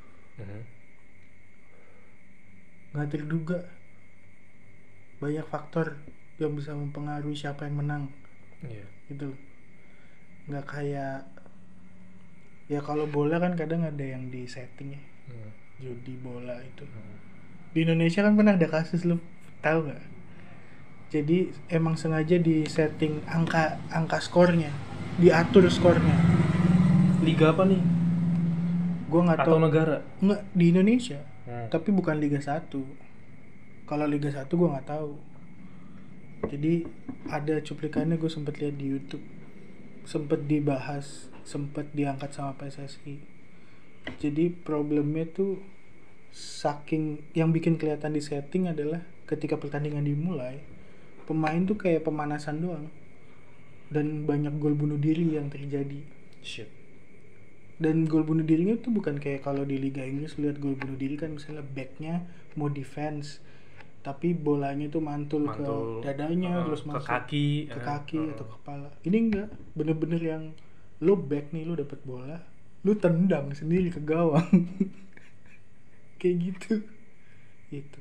Gak terduga banyak faktor yang bisa mempengaruhi siapa yang menang. Gitu loh. Gak kayak ya kalau bola kan kadang ada yang di setting ya. Judi bola itu. Di Indonesia kan pernah ada kasus, lu tahu gak? Jadi emang sengaja di setting angka skornya, diatur skornya. Liga apa nih? Gue nggak tahu. Atau negara? Nggak, di Indonesia. Tapi bukan Liga 1. Kalau Liga 1 gue nggak tahu. Jadi ada cuplikannya gue sempet lihat di YouTube, sempet dibahas, sempet diangkat sama PSSI. Jadi problemnya tuh saking yang bikin kelihatan di setting adalah ketika pertandingan dimulai, pemain tuh kayak pemanasan doang dan banyak gol bunuh diri yang terjadi. Shit. Dan gol bunuh dirinya tuh bukan kayak kalau di Liga Inggris lihat gol bunuh diri kan misalnya backnya mau defense tapi bolanya tuh mantul ke dadanya terus ke masuk kaki, ke kaki atau ke kepala. Ini enggak, bener-bener yang lo back nih, lo dapet bola, lo tendang sendiri ke gawang. Kayak gitu. Itu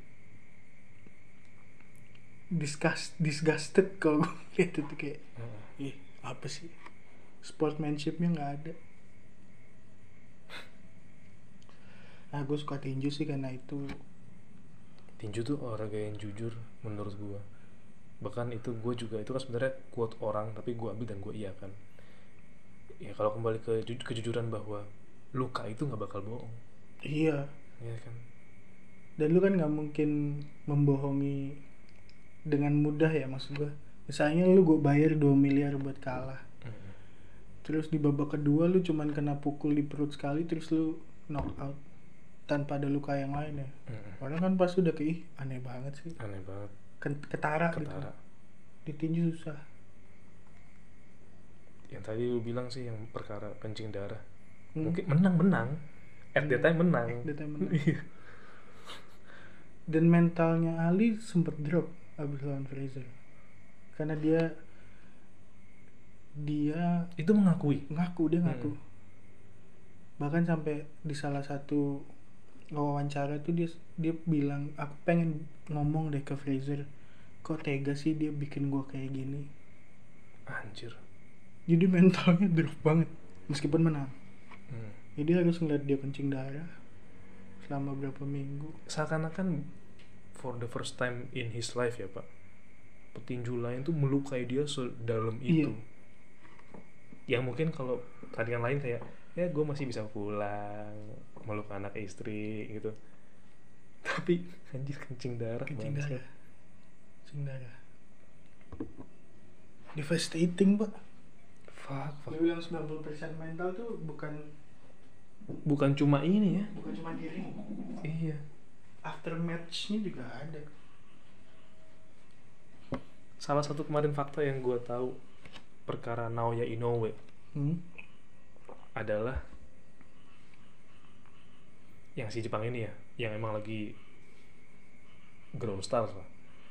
disgusted kalau gue lihat itu kayak apa sih, sportsmanshipnya nggak ada. Nah gue suka tinju sih karena itu. Tinju tuh olahraga yang jujur menurut gue. Bahkan itu gue juga, itu kan sebenarnya quote orang tapi gue ambil dan gue iakan. Ya kalau kembali ke kejujuran bahwa luka itu nggak bakal bohong. Iya. Ya kan. Dan lu kan nggak mungkin membohongi dengan mudah ya, maksud gue. Misalnya lu gue bayar 2 miliar buat kalah. Terus di babak kedua lu cuman kena pukul di perut sekali terus lu knock out tanpa ada luka yang lain ya. Orang kan pas udah kayak aneh banget sih. Aneh banget. Ketara gitu. Ditinju susah. Yang tadi lu bilang sih yang perkara kencing darah. Mungkin menang. At the time menang. Dan mentalnya Ali sempet drop abis lawan Fraser. Karena dia itu ngaku. Bahkan sampai di salah satu wawancara tuh dia bilang, aku pengen ngomong deh ke Fraser, kok tega sih dia bikin gue kayak gini. Anjir. Jadi mentalnya drop banget meskipun menang. Jadi harus ngeliat dia kencing darah selama berapa minggu. Seakan-akan for the first time in his life ya pak, petinju lain tuh melukai dia sedalam itu. Yang mungkin kalau tandingan lain kayak ya gue masih bisa pulang meluk anak istri gitu, tapi anjir kencing darah. Devastating pak. Fuck. Dia bilang 90% mental tuh bukan cuma ini ya, bukan cuma diri. Iya, after match-nya juga ada. Salah satu kemarin fakta yang gue tahu perkara Naoya Inoue adalah yang si Jepang ini ya, yang emang lagi ground stars lah.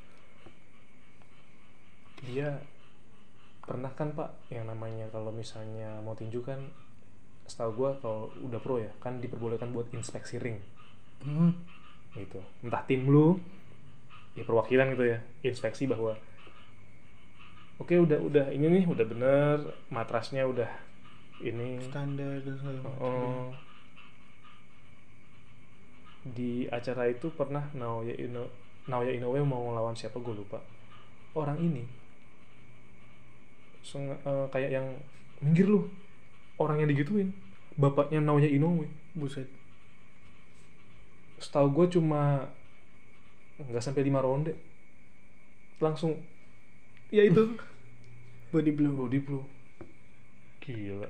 Dia pernah kan pak, yang namanya kalau misalnya mau tinju kan, setahu gue kalau udah pro ya kan diperbolehkan buat inspeksi ring. Gitu, entah tim lu ya perwakilan gitu ya, inspeksi bahwa oke, udah ini nih udah bener, matrasnya udah ini standar dan segala macam. Di acara itu pernah Naoya Inoue mau lawan siapa gue lupa. Orang ini kayak yang minggir lu, orang yang digituin bapaknya Naoya Inoue. Buset. Setahu gue cuma nggak sampai 5 ronde langsung ya itu body blow. Gila.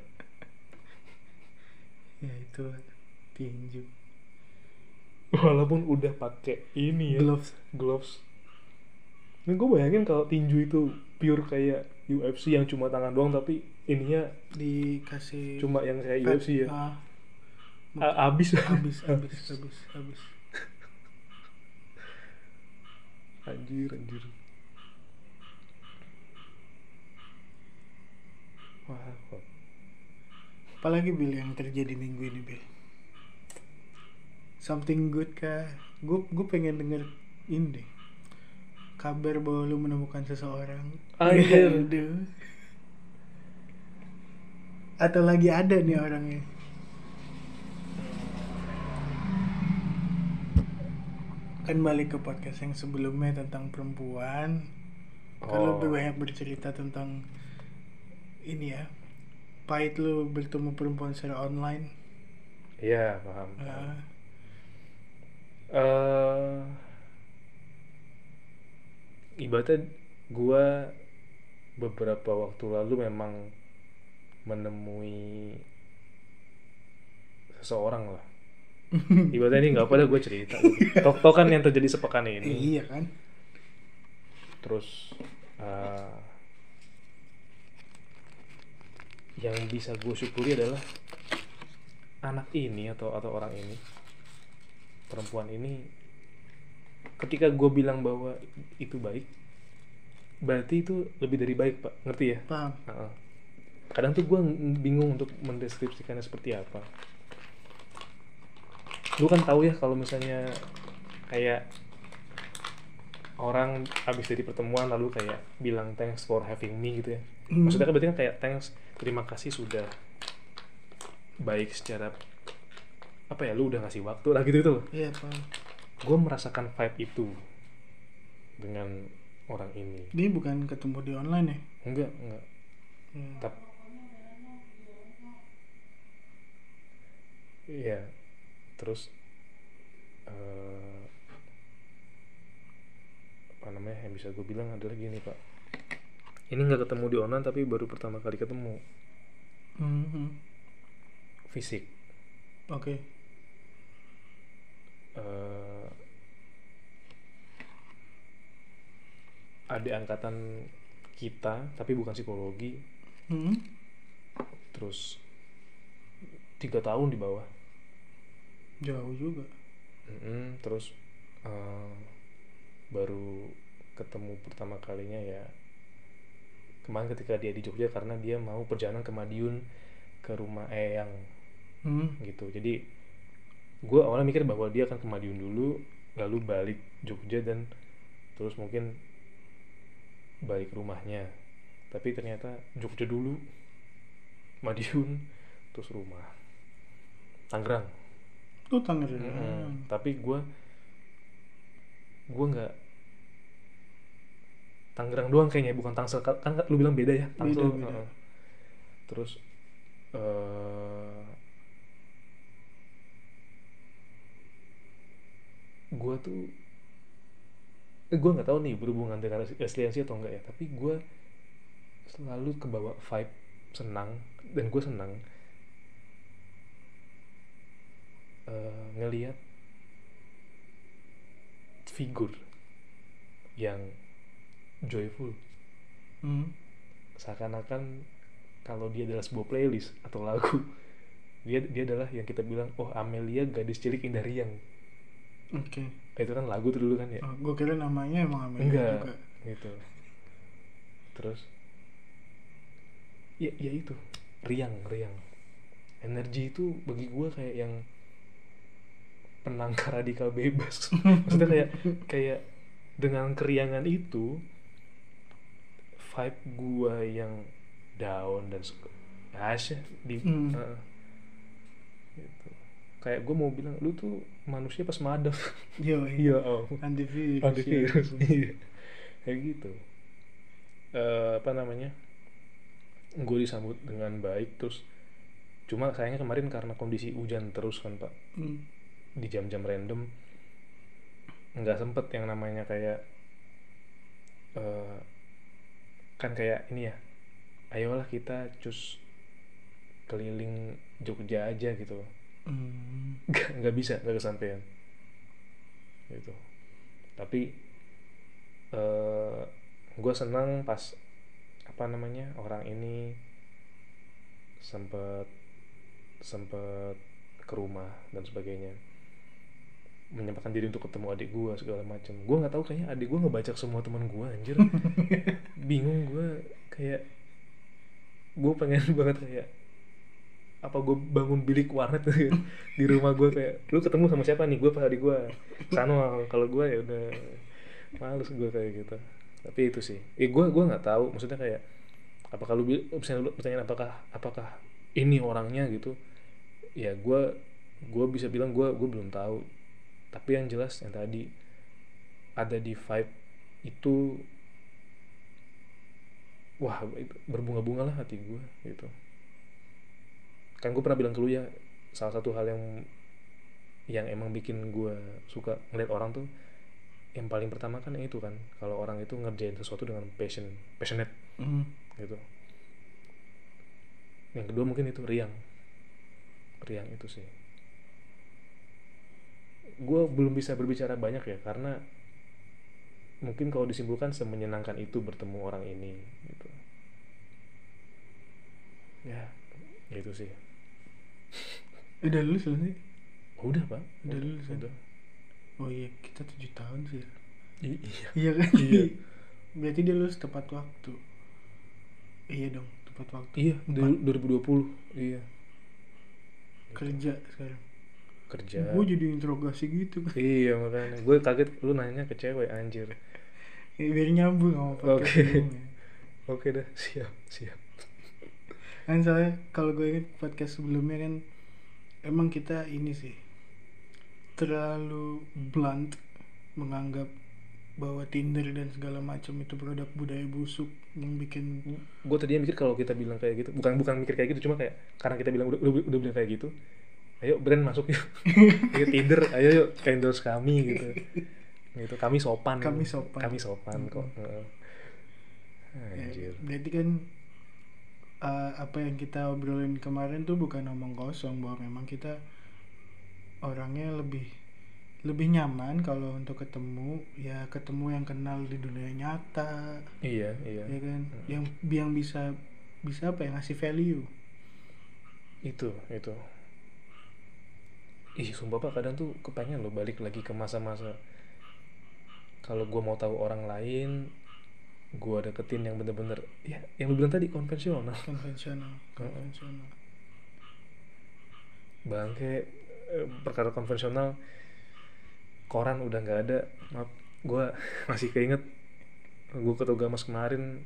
Ya itu tinju. Walaupun udah pakai ini ya, gloves. Nah, gue bayangin kalau tinju itu pure kayak UFC yang cuma tangan doang tapi ininya dikasih cuma yang kayak UFC ya. Habis. Anjir. Wah. Apalagi Bill yang terjadi minggu ini Bill? Something good kah? Gue pengen denger ini deh, kabar bahwa lu menemukan seseorang. Anjir. Atau lagi ada nih orangnya? Kan balik ke podcast yang sebelumnya tentang perempuan. Kalau lebih banyak bercerita tentang ini ya, pahit lu bertemu perempuan secara online. Iya, paham. Ibaratnya Gua beberapa waktu lalu memang menemui seseorang lah. Ibaratnya ini nggak pada gue cerita gitu. Tok kan yang terjadi sepekan ini. Iya kan. Terus yang bisa gue syukuri adalah anak ini atau orang ini, perempuan ini, ketika gue bilang bahwa itu baik, berarti itu lebih dari baik, Pak. Ngerti ya? Paham. Kadang tuh gue bingung untuk mendeskripsikannya seperti apa. Lu kan tahu ya kalau misalnya kayak orang habis dari pertemuan lalu kayak bilang thanks for having me gitu ya. Maksudnya kan berarti kan kayak thanks, terima kasih sudah baik secara apa ya, lu udah ngasih waktu lah gitu loh. Iya paham. Gue merasakan vibe itu dengan orang ini. Dia bukan ketemu di online ya? Enggak. Hmm. Iya. Terus apa namanya yang bisa gue bilang adalah gini, Pak. Ini nggak ketemu di online tapi baru pertama kali ketemu. Fisik. Oke. Adik angkatan kita tapi bukan psikologi. Terus 3 tahun di bawah. Jauh juga. Terus baru ketemu pertama kalinya ya kemarin ketika dia di Jogja karena dia mau perjalanan ke Madiun ke rumah Eyang gitu. Jadi gue awalnya mikir bahwa dia akan ke Madiun dulu lalu balik Jogja dan terus mungkin balik rumahnya, tapi ternyata Jogja dulu, Madiun, terus rumah Tangerang. Tuh Tangerang. Tapi gue nggak Tangerang doang kayaknya, bukan Tangsel kan lu bilang beda ya Tangsel. Beda. Terus gue tuh gue nggak tahu nih berhubungan dengan resiliensi atau enggak ya, tapi gue selalu kebawa vibe senang dan gue senang ngelihat figur yang joyful. Seakan-akan kalau dia adalah sebuah playlist atau lagu, dia adalah yang kita bilang, oh Amelia gadis cilik indah riang. Oke. Itu kan lagu tuh dulu kan ya. Gue kira namanya emang Amelia enggak juga. Gitu. Terus ya itu riang. Energi itu bagi gue kayak yang penangkar radikal bebas. Maksudnya kayak dengan keriangan itu vibe gue yang down dan asyik di gitu. Kayak gue mau bilang lu tuh manusia pas madaf. Iya. Antivirus. Iya. Kayak gitu. Apa namanya? Gue disambut dengan baik, terus cuma sayangnya kemarin karena kondisi hujan terus kan, Pak. Di jam-jam random nggak sempet yang namanya kayak kan kayak ini ya, ayolah kita cus keliling Jogja aja gitu. Nggak bisa, nggak kesampean gitu. Tapi gue senang pas apa namanya orang ini sempet ke rumah dan sebagainya, menyempatkan diri untuk ketemu adik gue segala macam. Gue nggak tahu, kayaknya adik gue ngebajak semua teman gue anjir. Bingung gue, kayak gue pengen banget kayak apa gue bangun bilik warnet di rumah gue kayak lu ketemu sama siapa nih, gue pas adik gue sana. Kalau gue ya udah males gue kayak gitu. Tapi itu sih gue nggak tahu, maksudnya kayak apakah lu pertanyaan apakah ini orangnya gitu ya, gue bisa bilang gue belum tahu. Tapi yang jelas yang tadi ada di vibe itu, wah itu berbunga-bunga lah hati gue gitu. Kan gue pernah bilang ke lu ya, salah satu hal yang emang bikin gue suka ngeliat orang tuh yang paling pertama kan itu kan, kalau orang itu ngerjain sesuatu dengan passionate gitu. Yang kedua mungkin itu riang itu sih. Gue belum bisa berbicara banyak ya, karena mungkin kalau disimpulkan semenyenangkan itu bertemu orang ini gitu. Ya gitu sih. Udah lulus belum sih? Udah pak, Udah lulus kan? udah. Oh iya, kita 7 tahun sih ya. Iya. Iya kan? Iya. Berarti dia lulus tepat waktu. Iya dong, tepat waktu. Iya, 2020. Iya. Kerja sekarang. Kerja. Gue jadi interogasi gitu kan. Iya makanya gue kaget lu nanya ke cewek, anjir. Biar nyambung sama podcast Oke. sebelumnya. Oke dah, siap. Kan soalnya kalau gue inget podcast sebelumnya kan emang kita ini sih terlalu blunt menganggap bahwa Tinder dan segala macam itu produk budaya busuk yang bikin Gue tadinya mikir kalau kita bilang kayak gitu, bukan mikir kayak gitu, cuma kayak karena kita bilang udah bilang kayak gitu, ayo brand masuk yuk. Ayo Tinder, ayo yuk endorse kami gitu. Gitu, kami sopan Kami sopan kok. Anjir. Ya, berarti kan apa yang kita obrolin kemarin tuh bukan omong kosong, bahwa memang kita orangnya lebih nyaman kalau untuk ketemu yang kenal di dunia nyata. Iya Ya kan, yang bisa apa ya, ngasih value. Itu sumpah pak, kadang tuh kepengen lo balik lagi ke masa-masa kalau gue mau tahu orang lain, gue deketin yang bener-bener ya yang lu bilang tadi, konvensional. Bangke, perkara konvensional, koran udah nggak ada. Maaf, gue masih keinget gue ke Togamas kemarin,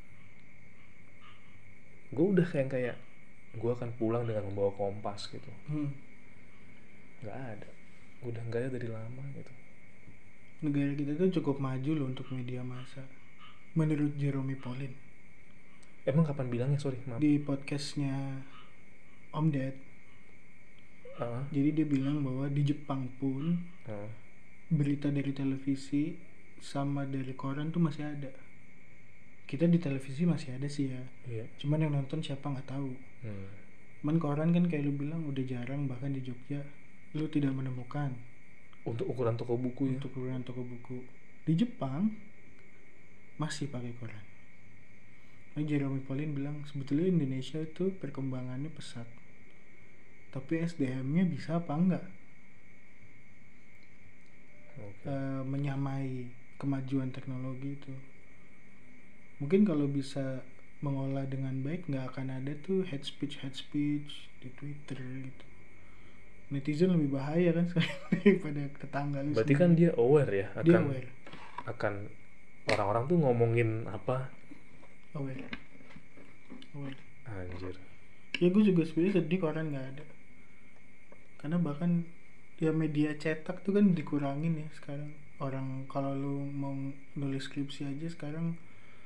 gue udah kayak gue akan pulang dengan membawa kompas gitu. Nggak ada, udah nggak ada dari lama gitu. Negara kita tuh cukup maju loh untuk media massa menurut Jeremy Pauline. Emang kapan bilangnya, sorry maaf? Di podcastnya Om Ded. Jadi dia bilang bahwa di Jepang pun berita dari televisi sama dari koran tuh masih ada. Kita di televisi masih ada sih ya. Iya. Cuman yang nonton siapa nggak tahu. Cuman koran kan kayak lu bilang udah jarang, bahkan di Jogja lu tidak menemukan. Untuk ukuran toko buku ya. Untuk ukuran toko buku. Di Jepang masih pakai koran. Nah, Jeremy Pauline bilang sebetulnya Indonesia itu perkembangannya pesat, tapi SDM-nya bisa apa enggak menyamai kemajuan teknologi itu. Mungkin kalau bisa mengolah dengan baik, nggak akan ada tuh hate speech di Twitter gitu. Netizen lebih bahaya kan daripada tetangga lu. Berarti kan dia aware ya aware. akan orang-orang tuh ngomongin apa. Aware. Anjir. Ya gue juga sebenarnya sedih koran nggak ada, karena bahkan ya media cetak tuh kan dikurangin ya sekarang. Orang kalau lu mau nulis skripsi aja sekarang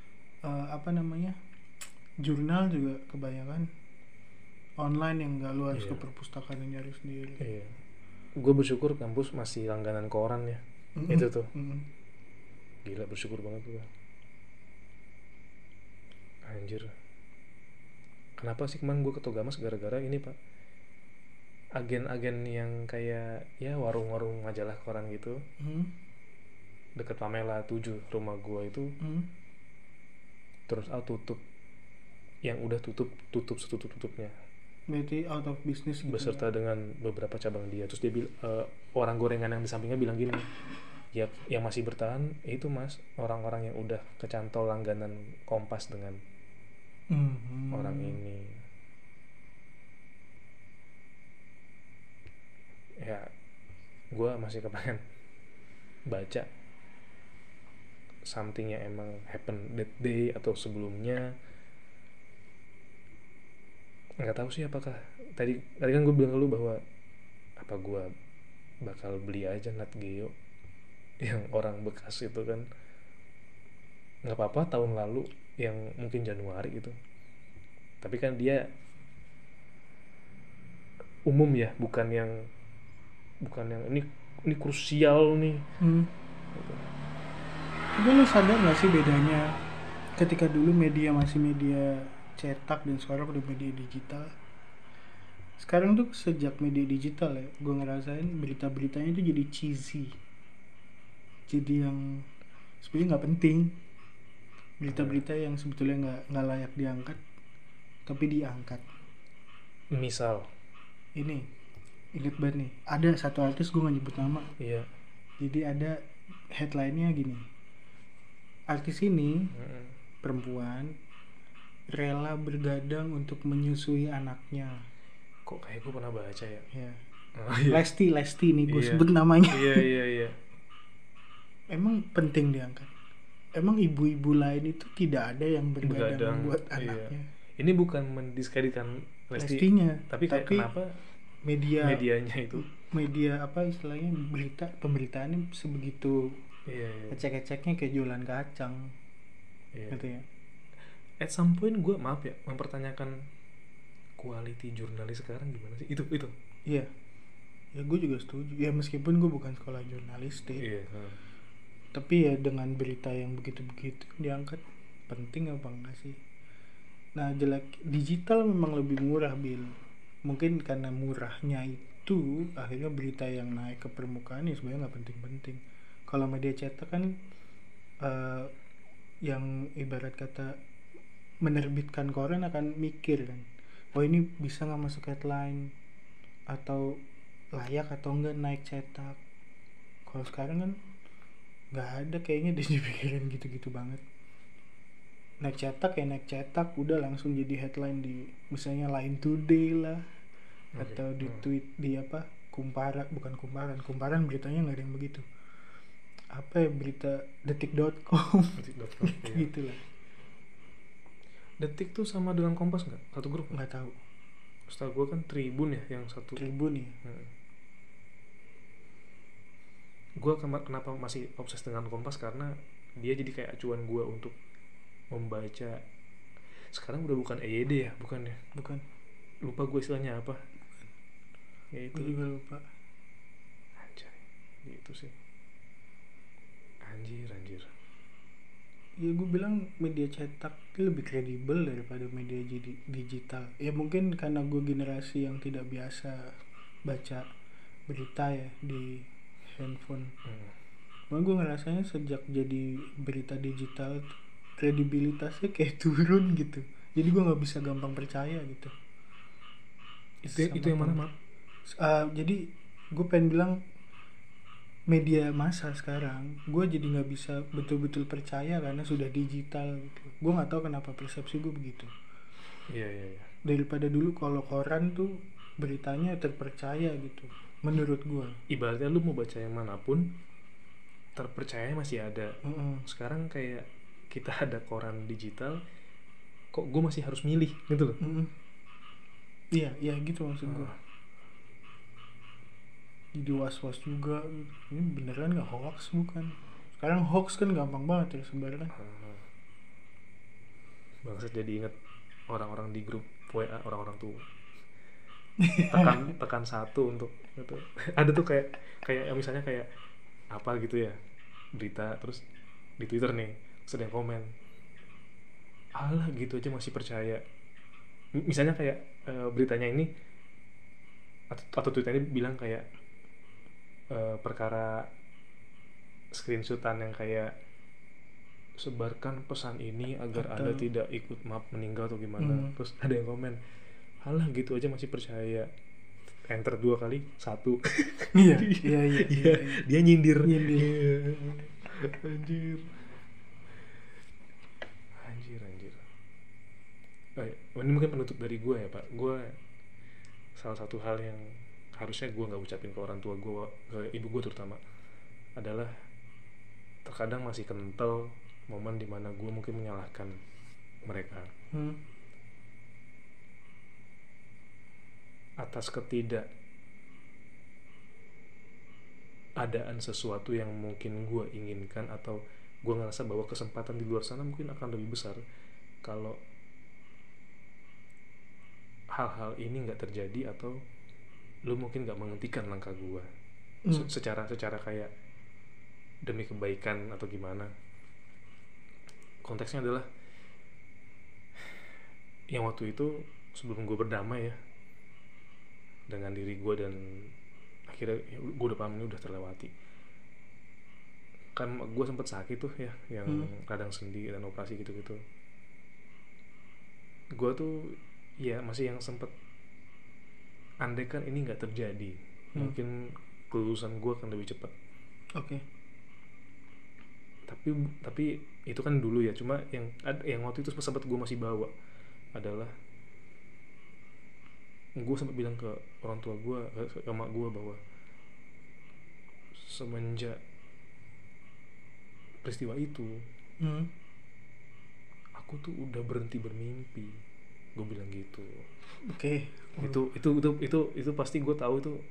jurnal juga kebanyakan online yang nggak lu harus ke perpustakaan yang nyari sendiri. Iya. Gue bersyukur kampus masih langganan koran ya. Itu tuh. Gila, bersyukur banget gue. Anjir. Kenapa sih kemarin gue ke Togamas gara-gara ini pak, agen-agen yang kayak ya warung-warung majalah koran gitu, deket Pamela 7 rumah gue itu, terus tutup, yang udah tutup setutupnya. Berarti out of business gitu. Beserta dengan beberapa cabang dia. Terus dia orang gorengan yang di sampingnya bilang gini, ya yang masih bertahan itu mas orang-orang yang udah kecantol langganan Kompas dengan orang ini. Ya gue masih kepengen baca something yang emang happen that day atau sebelumnya. Nggak tahu sih apakah tadi kan gue bilang ke lu bahwa apa gue bakal beli aja Nat Geo yang orang bekas itu kan, nggak apa-apa tahun lalu yang mungkin Januari gitu, tapi kan dia umum ya, bukan yang ini krusial nih gitu. Tapi lu sadar gak sih bedanya ketika dulu media masih media cetak dan sekarang udah media digital? Sekarang tuh sejak media digital ya, gue ngerasain berita-beritanya tuh jadi cheesy, jadi yang sebenarnya nggak penting, berita-berita yang sebetulnya nggak layak diangkat tapi diangkat. Misal, Ini inget banget nih, ada satu artis gue nggak nyebut nama. iya. Jadi ada headline-nya gini, artis ini Mm-mm. perempuan rela bergadang untuk menyusui anaknya. Kok kayak gue pernah baca ya? Ya, Oh, iya. Lesti nih gue Iya. sebut namanya. Iya. Emang penting diangkat? Emang ibu-ibu lain itu tidak ada yang bergadang Begadang, buat iya. anaknya? Ini bukan mendiskreditkan Lestinya, tapi kayak kenapa medianya itu? media apa istilahnya, pemberitaannya sebegitu Iya. ecek-eceknya kayak jualan kacang Iya. gitu ya. At some point gue maaf ya mempertanyakan quality jurnalis sekarang gimana sih? Itu. Iya, ya gue juga setuju ya, meskipun gue bukan sekolah jurnalistik. Iya. Tapi ya dengan berita yang begitu-begitu diangkat, penting apa enggak sih? Nah, jelek digital memang lebih murah, Bil. Mungkin karena murahnya itu akhirnya berita yang naik ke permukaan ya sebenarnya nggak penting-penting. Kalau media cetak kan eh, yang ibarat kata menerbitkan koran akan mikir kan, oh ini bisa nggak masuk headline atau layak atau enggak naik cetak. Kalau sekarang kan nggak ada kayaknya dipikirin gitu-gitu banget. Naik cetak ya naik cetak, udah langsung jadi headline di misalnya Line Today lah, atau di tweet di apa kumparan beritanya nggak ada yang begitu, apa ya, berita detik.com Detik.com. gitu lah. Detik tuh sama dengan Kompas nggak? Satu grup? Nggak tahu. Setahu gue kan Tribun ya yang satu. Tribun ya. Gue kenapa masih obses dengan Kompas karena dia jadi kayak acuan gue untuk membaca. Sekarang udah bukan EYD ya, bukan ya? Bukan. Lupa gue istilahnya apa. Ya itu. Gue juga lupa. Anjay, gitu sih. Anjir. Ya gue bilang media cetak lebih kredibel daripada media digital. Ya mungkin karena gue generasi yang tidak biasa baca berita ya di handphone. Malah gue ngerasanya sejak jadi berita digital kredibilitasnya kayak turun gitu. Jadi gue nggak bisa gampang percaya gitu. Itu yang mana, Mak? Jadi gue pengen bilang media massa sekarang gue jadi nggak bisa betul-betul percaya karena sudah digital gitu. Gue nggak tahu kenapa persepsi gue begitu. Iya. Daripada dulu kalau koran tuh beritanya terpercaya gitu menurut gue. Ibaratnya lu mau baca yang manapun terpercaya masih ada. Sekarang kayak kita ada koran digital, kok gue masih harus milih gitu loh. Iya gitu maksud gue. Jadi was-was juga, ini beneran nggak hoax bukan? Sekarang hoax kan gampang banget ya sebenarnya. Bangsat, jadi inget orang-orang di grup WA, orang-orang tuh tekan satu untuk gitu. Ada tuh kayak misalnya kayak apa gitu ya, berita terus di Twitter nih sedang komen, alah gitu aja masih percaya. Misalnya kayak beritanya ini atau tweetnya bilang kayak perkara screenshotan yang kayak sebarkan pesan ini agar Anda tidak ikut meninggal atau gimana. Terus ada yang komen, alah gitu aja masih percaya. Enter 2 kali 1. Iya. Dia nyindir. Anjir. Ini mungkin penutup dari gue ya, Pak. Gue salah satu hal yang harusnya gue nggak ucapin ke orang tua gue, ke ibu gue terutama, adalah terkadang masih kental momen dimana gue mungkin menyalahkan mereka atas ketidakadaan sesuatu yang mungkin gue inginkan, atau gue ngerasa bahwa kesempatan di luar sana mungkin akan lebih besar kalau hal-hal ini nggak terjadi, atau lu mungkin nggak menghentikan langkah gue secara kayak demi kebaikan atau gimana. konteksnya adalah yang waktu itu sebelum gue berdamai ya dengan diri gue, dan akhirnya ya, gue udah paham ini udah terlewati. Kan gue sempet sakit tuh ya, yang radang sendi dan operasi gitu-gitu. Gue tuh ya masih yang sempet andai kan ini nggak terjadi, mungkin kelulusan gue akan lebih cepat. Oke. Tapi itu kan dulu ya. Cuma yang waktu itu sempat gue masih bawa adalah gue sempat bilang ke orang tua gue, ke emak gue, bahwa semenjak peristiwa itu aku tuh udah berhenti bermimpi. Gue bilang gitu. Oke. Itu pasti gue tahu itu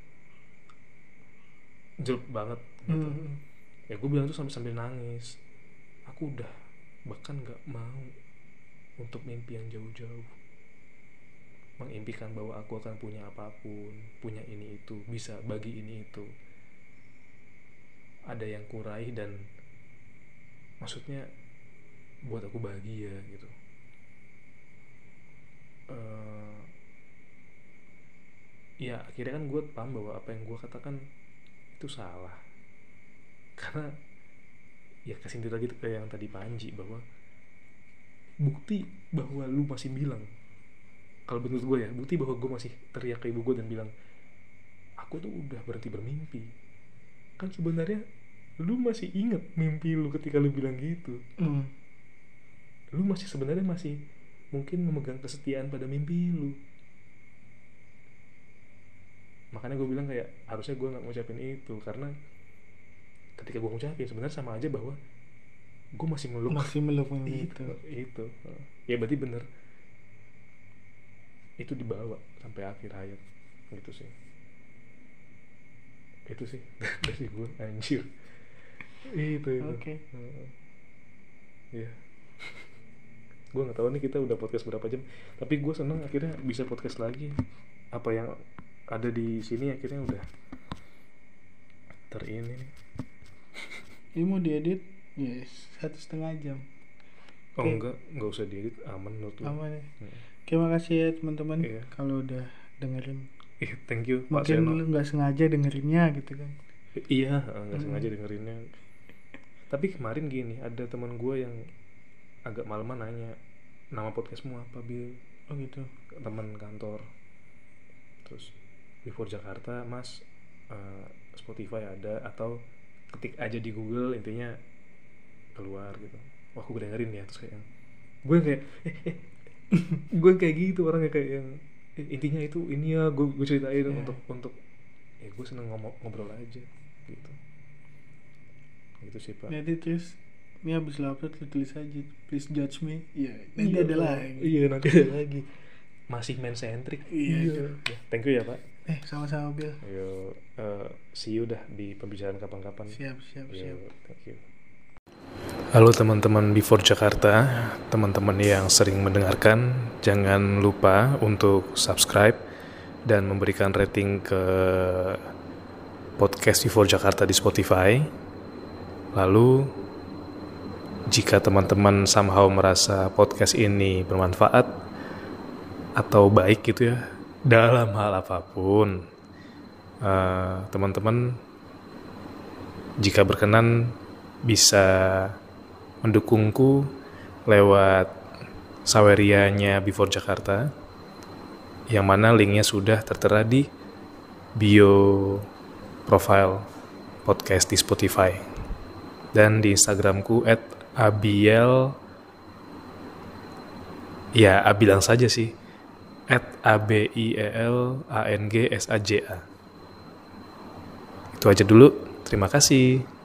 jelek banget gitu. Ya gue bilang tuh sambil nangis. Aku udah bahkan nggak mau untuk mimpi yang jauh-jauh, mengimpikan bahwa aku akan punya apapun, punya ini itu, bisa bagi ini itu, ada yang kurai dan maksudnya buat aku bahagia gitu. Ya akhirnya kan gue paham bahwa apa yang gue katakan itu salah, karena ya kasih lagi tuh kayak yang tadi Panji, bahwa bukti bahwa lu masih bilang, kalau menurut gue ya, bukti bahwa gue masih teriak ke ibu gue dan bilang aku tuh udah berhenti bermimpi, kan sebenarnya lu masih inget mimpi lu ketika lu bilang gitu. Lu masih sebenarnya masih mungkin memegang kesetiaan pada mimpi lu. Makanya gue bilang kayak harusnya gue nggak ngucapin itu, karena ketika gue ngucapin sebenarnya sama aja bahwa gue masih meluk itu. Ya berarti bener itu dibawa sampai akhir hayat gitu sih. Itu sih dari gue, anjir. Itu. Oke. Ya. Gue nggak tahu nih kita udah podcast berapa jam, tapi gue seneng akhirnya bisa podcast lagi. Apa yang ada di sini akhirnya udah terini nih. Ini mau diedit? Yes, 1,5 jam. Oh nggak usah diedit, aman menurut lu? Aman ya. Oke, makasih ya teman-teman kalau udah dengerin. Thank you Pak Mungkin Seno. lu nggak sengaja dengerinnya gitu kan? Iya, nggak sengaja dengerinnya. Tapi kemarin gini, ada teman gue yang agak malaman nanya, nama podcastmu apa, Bil? Oh gitu. Teman kantor. Terus Before Jakarta, Mas, Spotify ada, atau ketik aja di Google, intinya keluar gitu. Wah, aku dengerin ya. Terus kayak gue kayak gue kayak gitu orangnya, kayak yang intinya itu ini ya gue ceritain untuk ya gue seneng ngobrol aja gitu sih Pak. Nanti terus ini habis lo upload lo tulis aja please judge me. Nanti ada lagi. Nanti ada lagi. Masih man centric. Iya. Thank you ya Pak. Sama-sama Bill. Ayo, see you dah di pembicaraan kapan-kapan. Siap. Thank you. Halo teman-teman Before Jakarta, teman-teman yang sering mendengarkan, jangan lupa untuk subscribe dan memberikan rating ke podcast Before Jakarta di Spotify. Lalu, jika teman-teman somehow merasa podcast ini bermanfaat atau baik gitu ya, dalam hal apapun, teman-teman jika berkenan bisa mendukungku lewat Sawerianya Before Jakarta, yang mana linknya sudah tertera di bio profile podcast di Spotify, dan di Instagramku @abiel, ya bilang saja sih @abielangsaja. Itu aja dulu, terima kasih.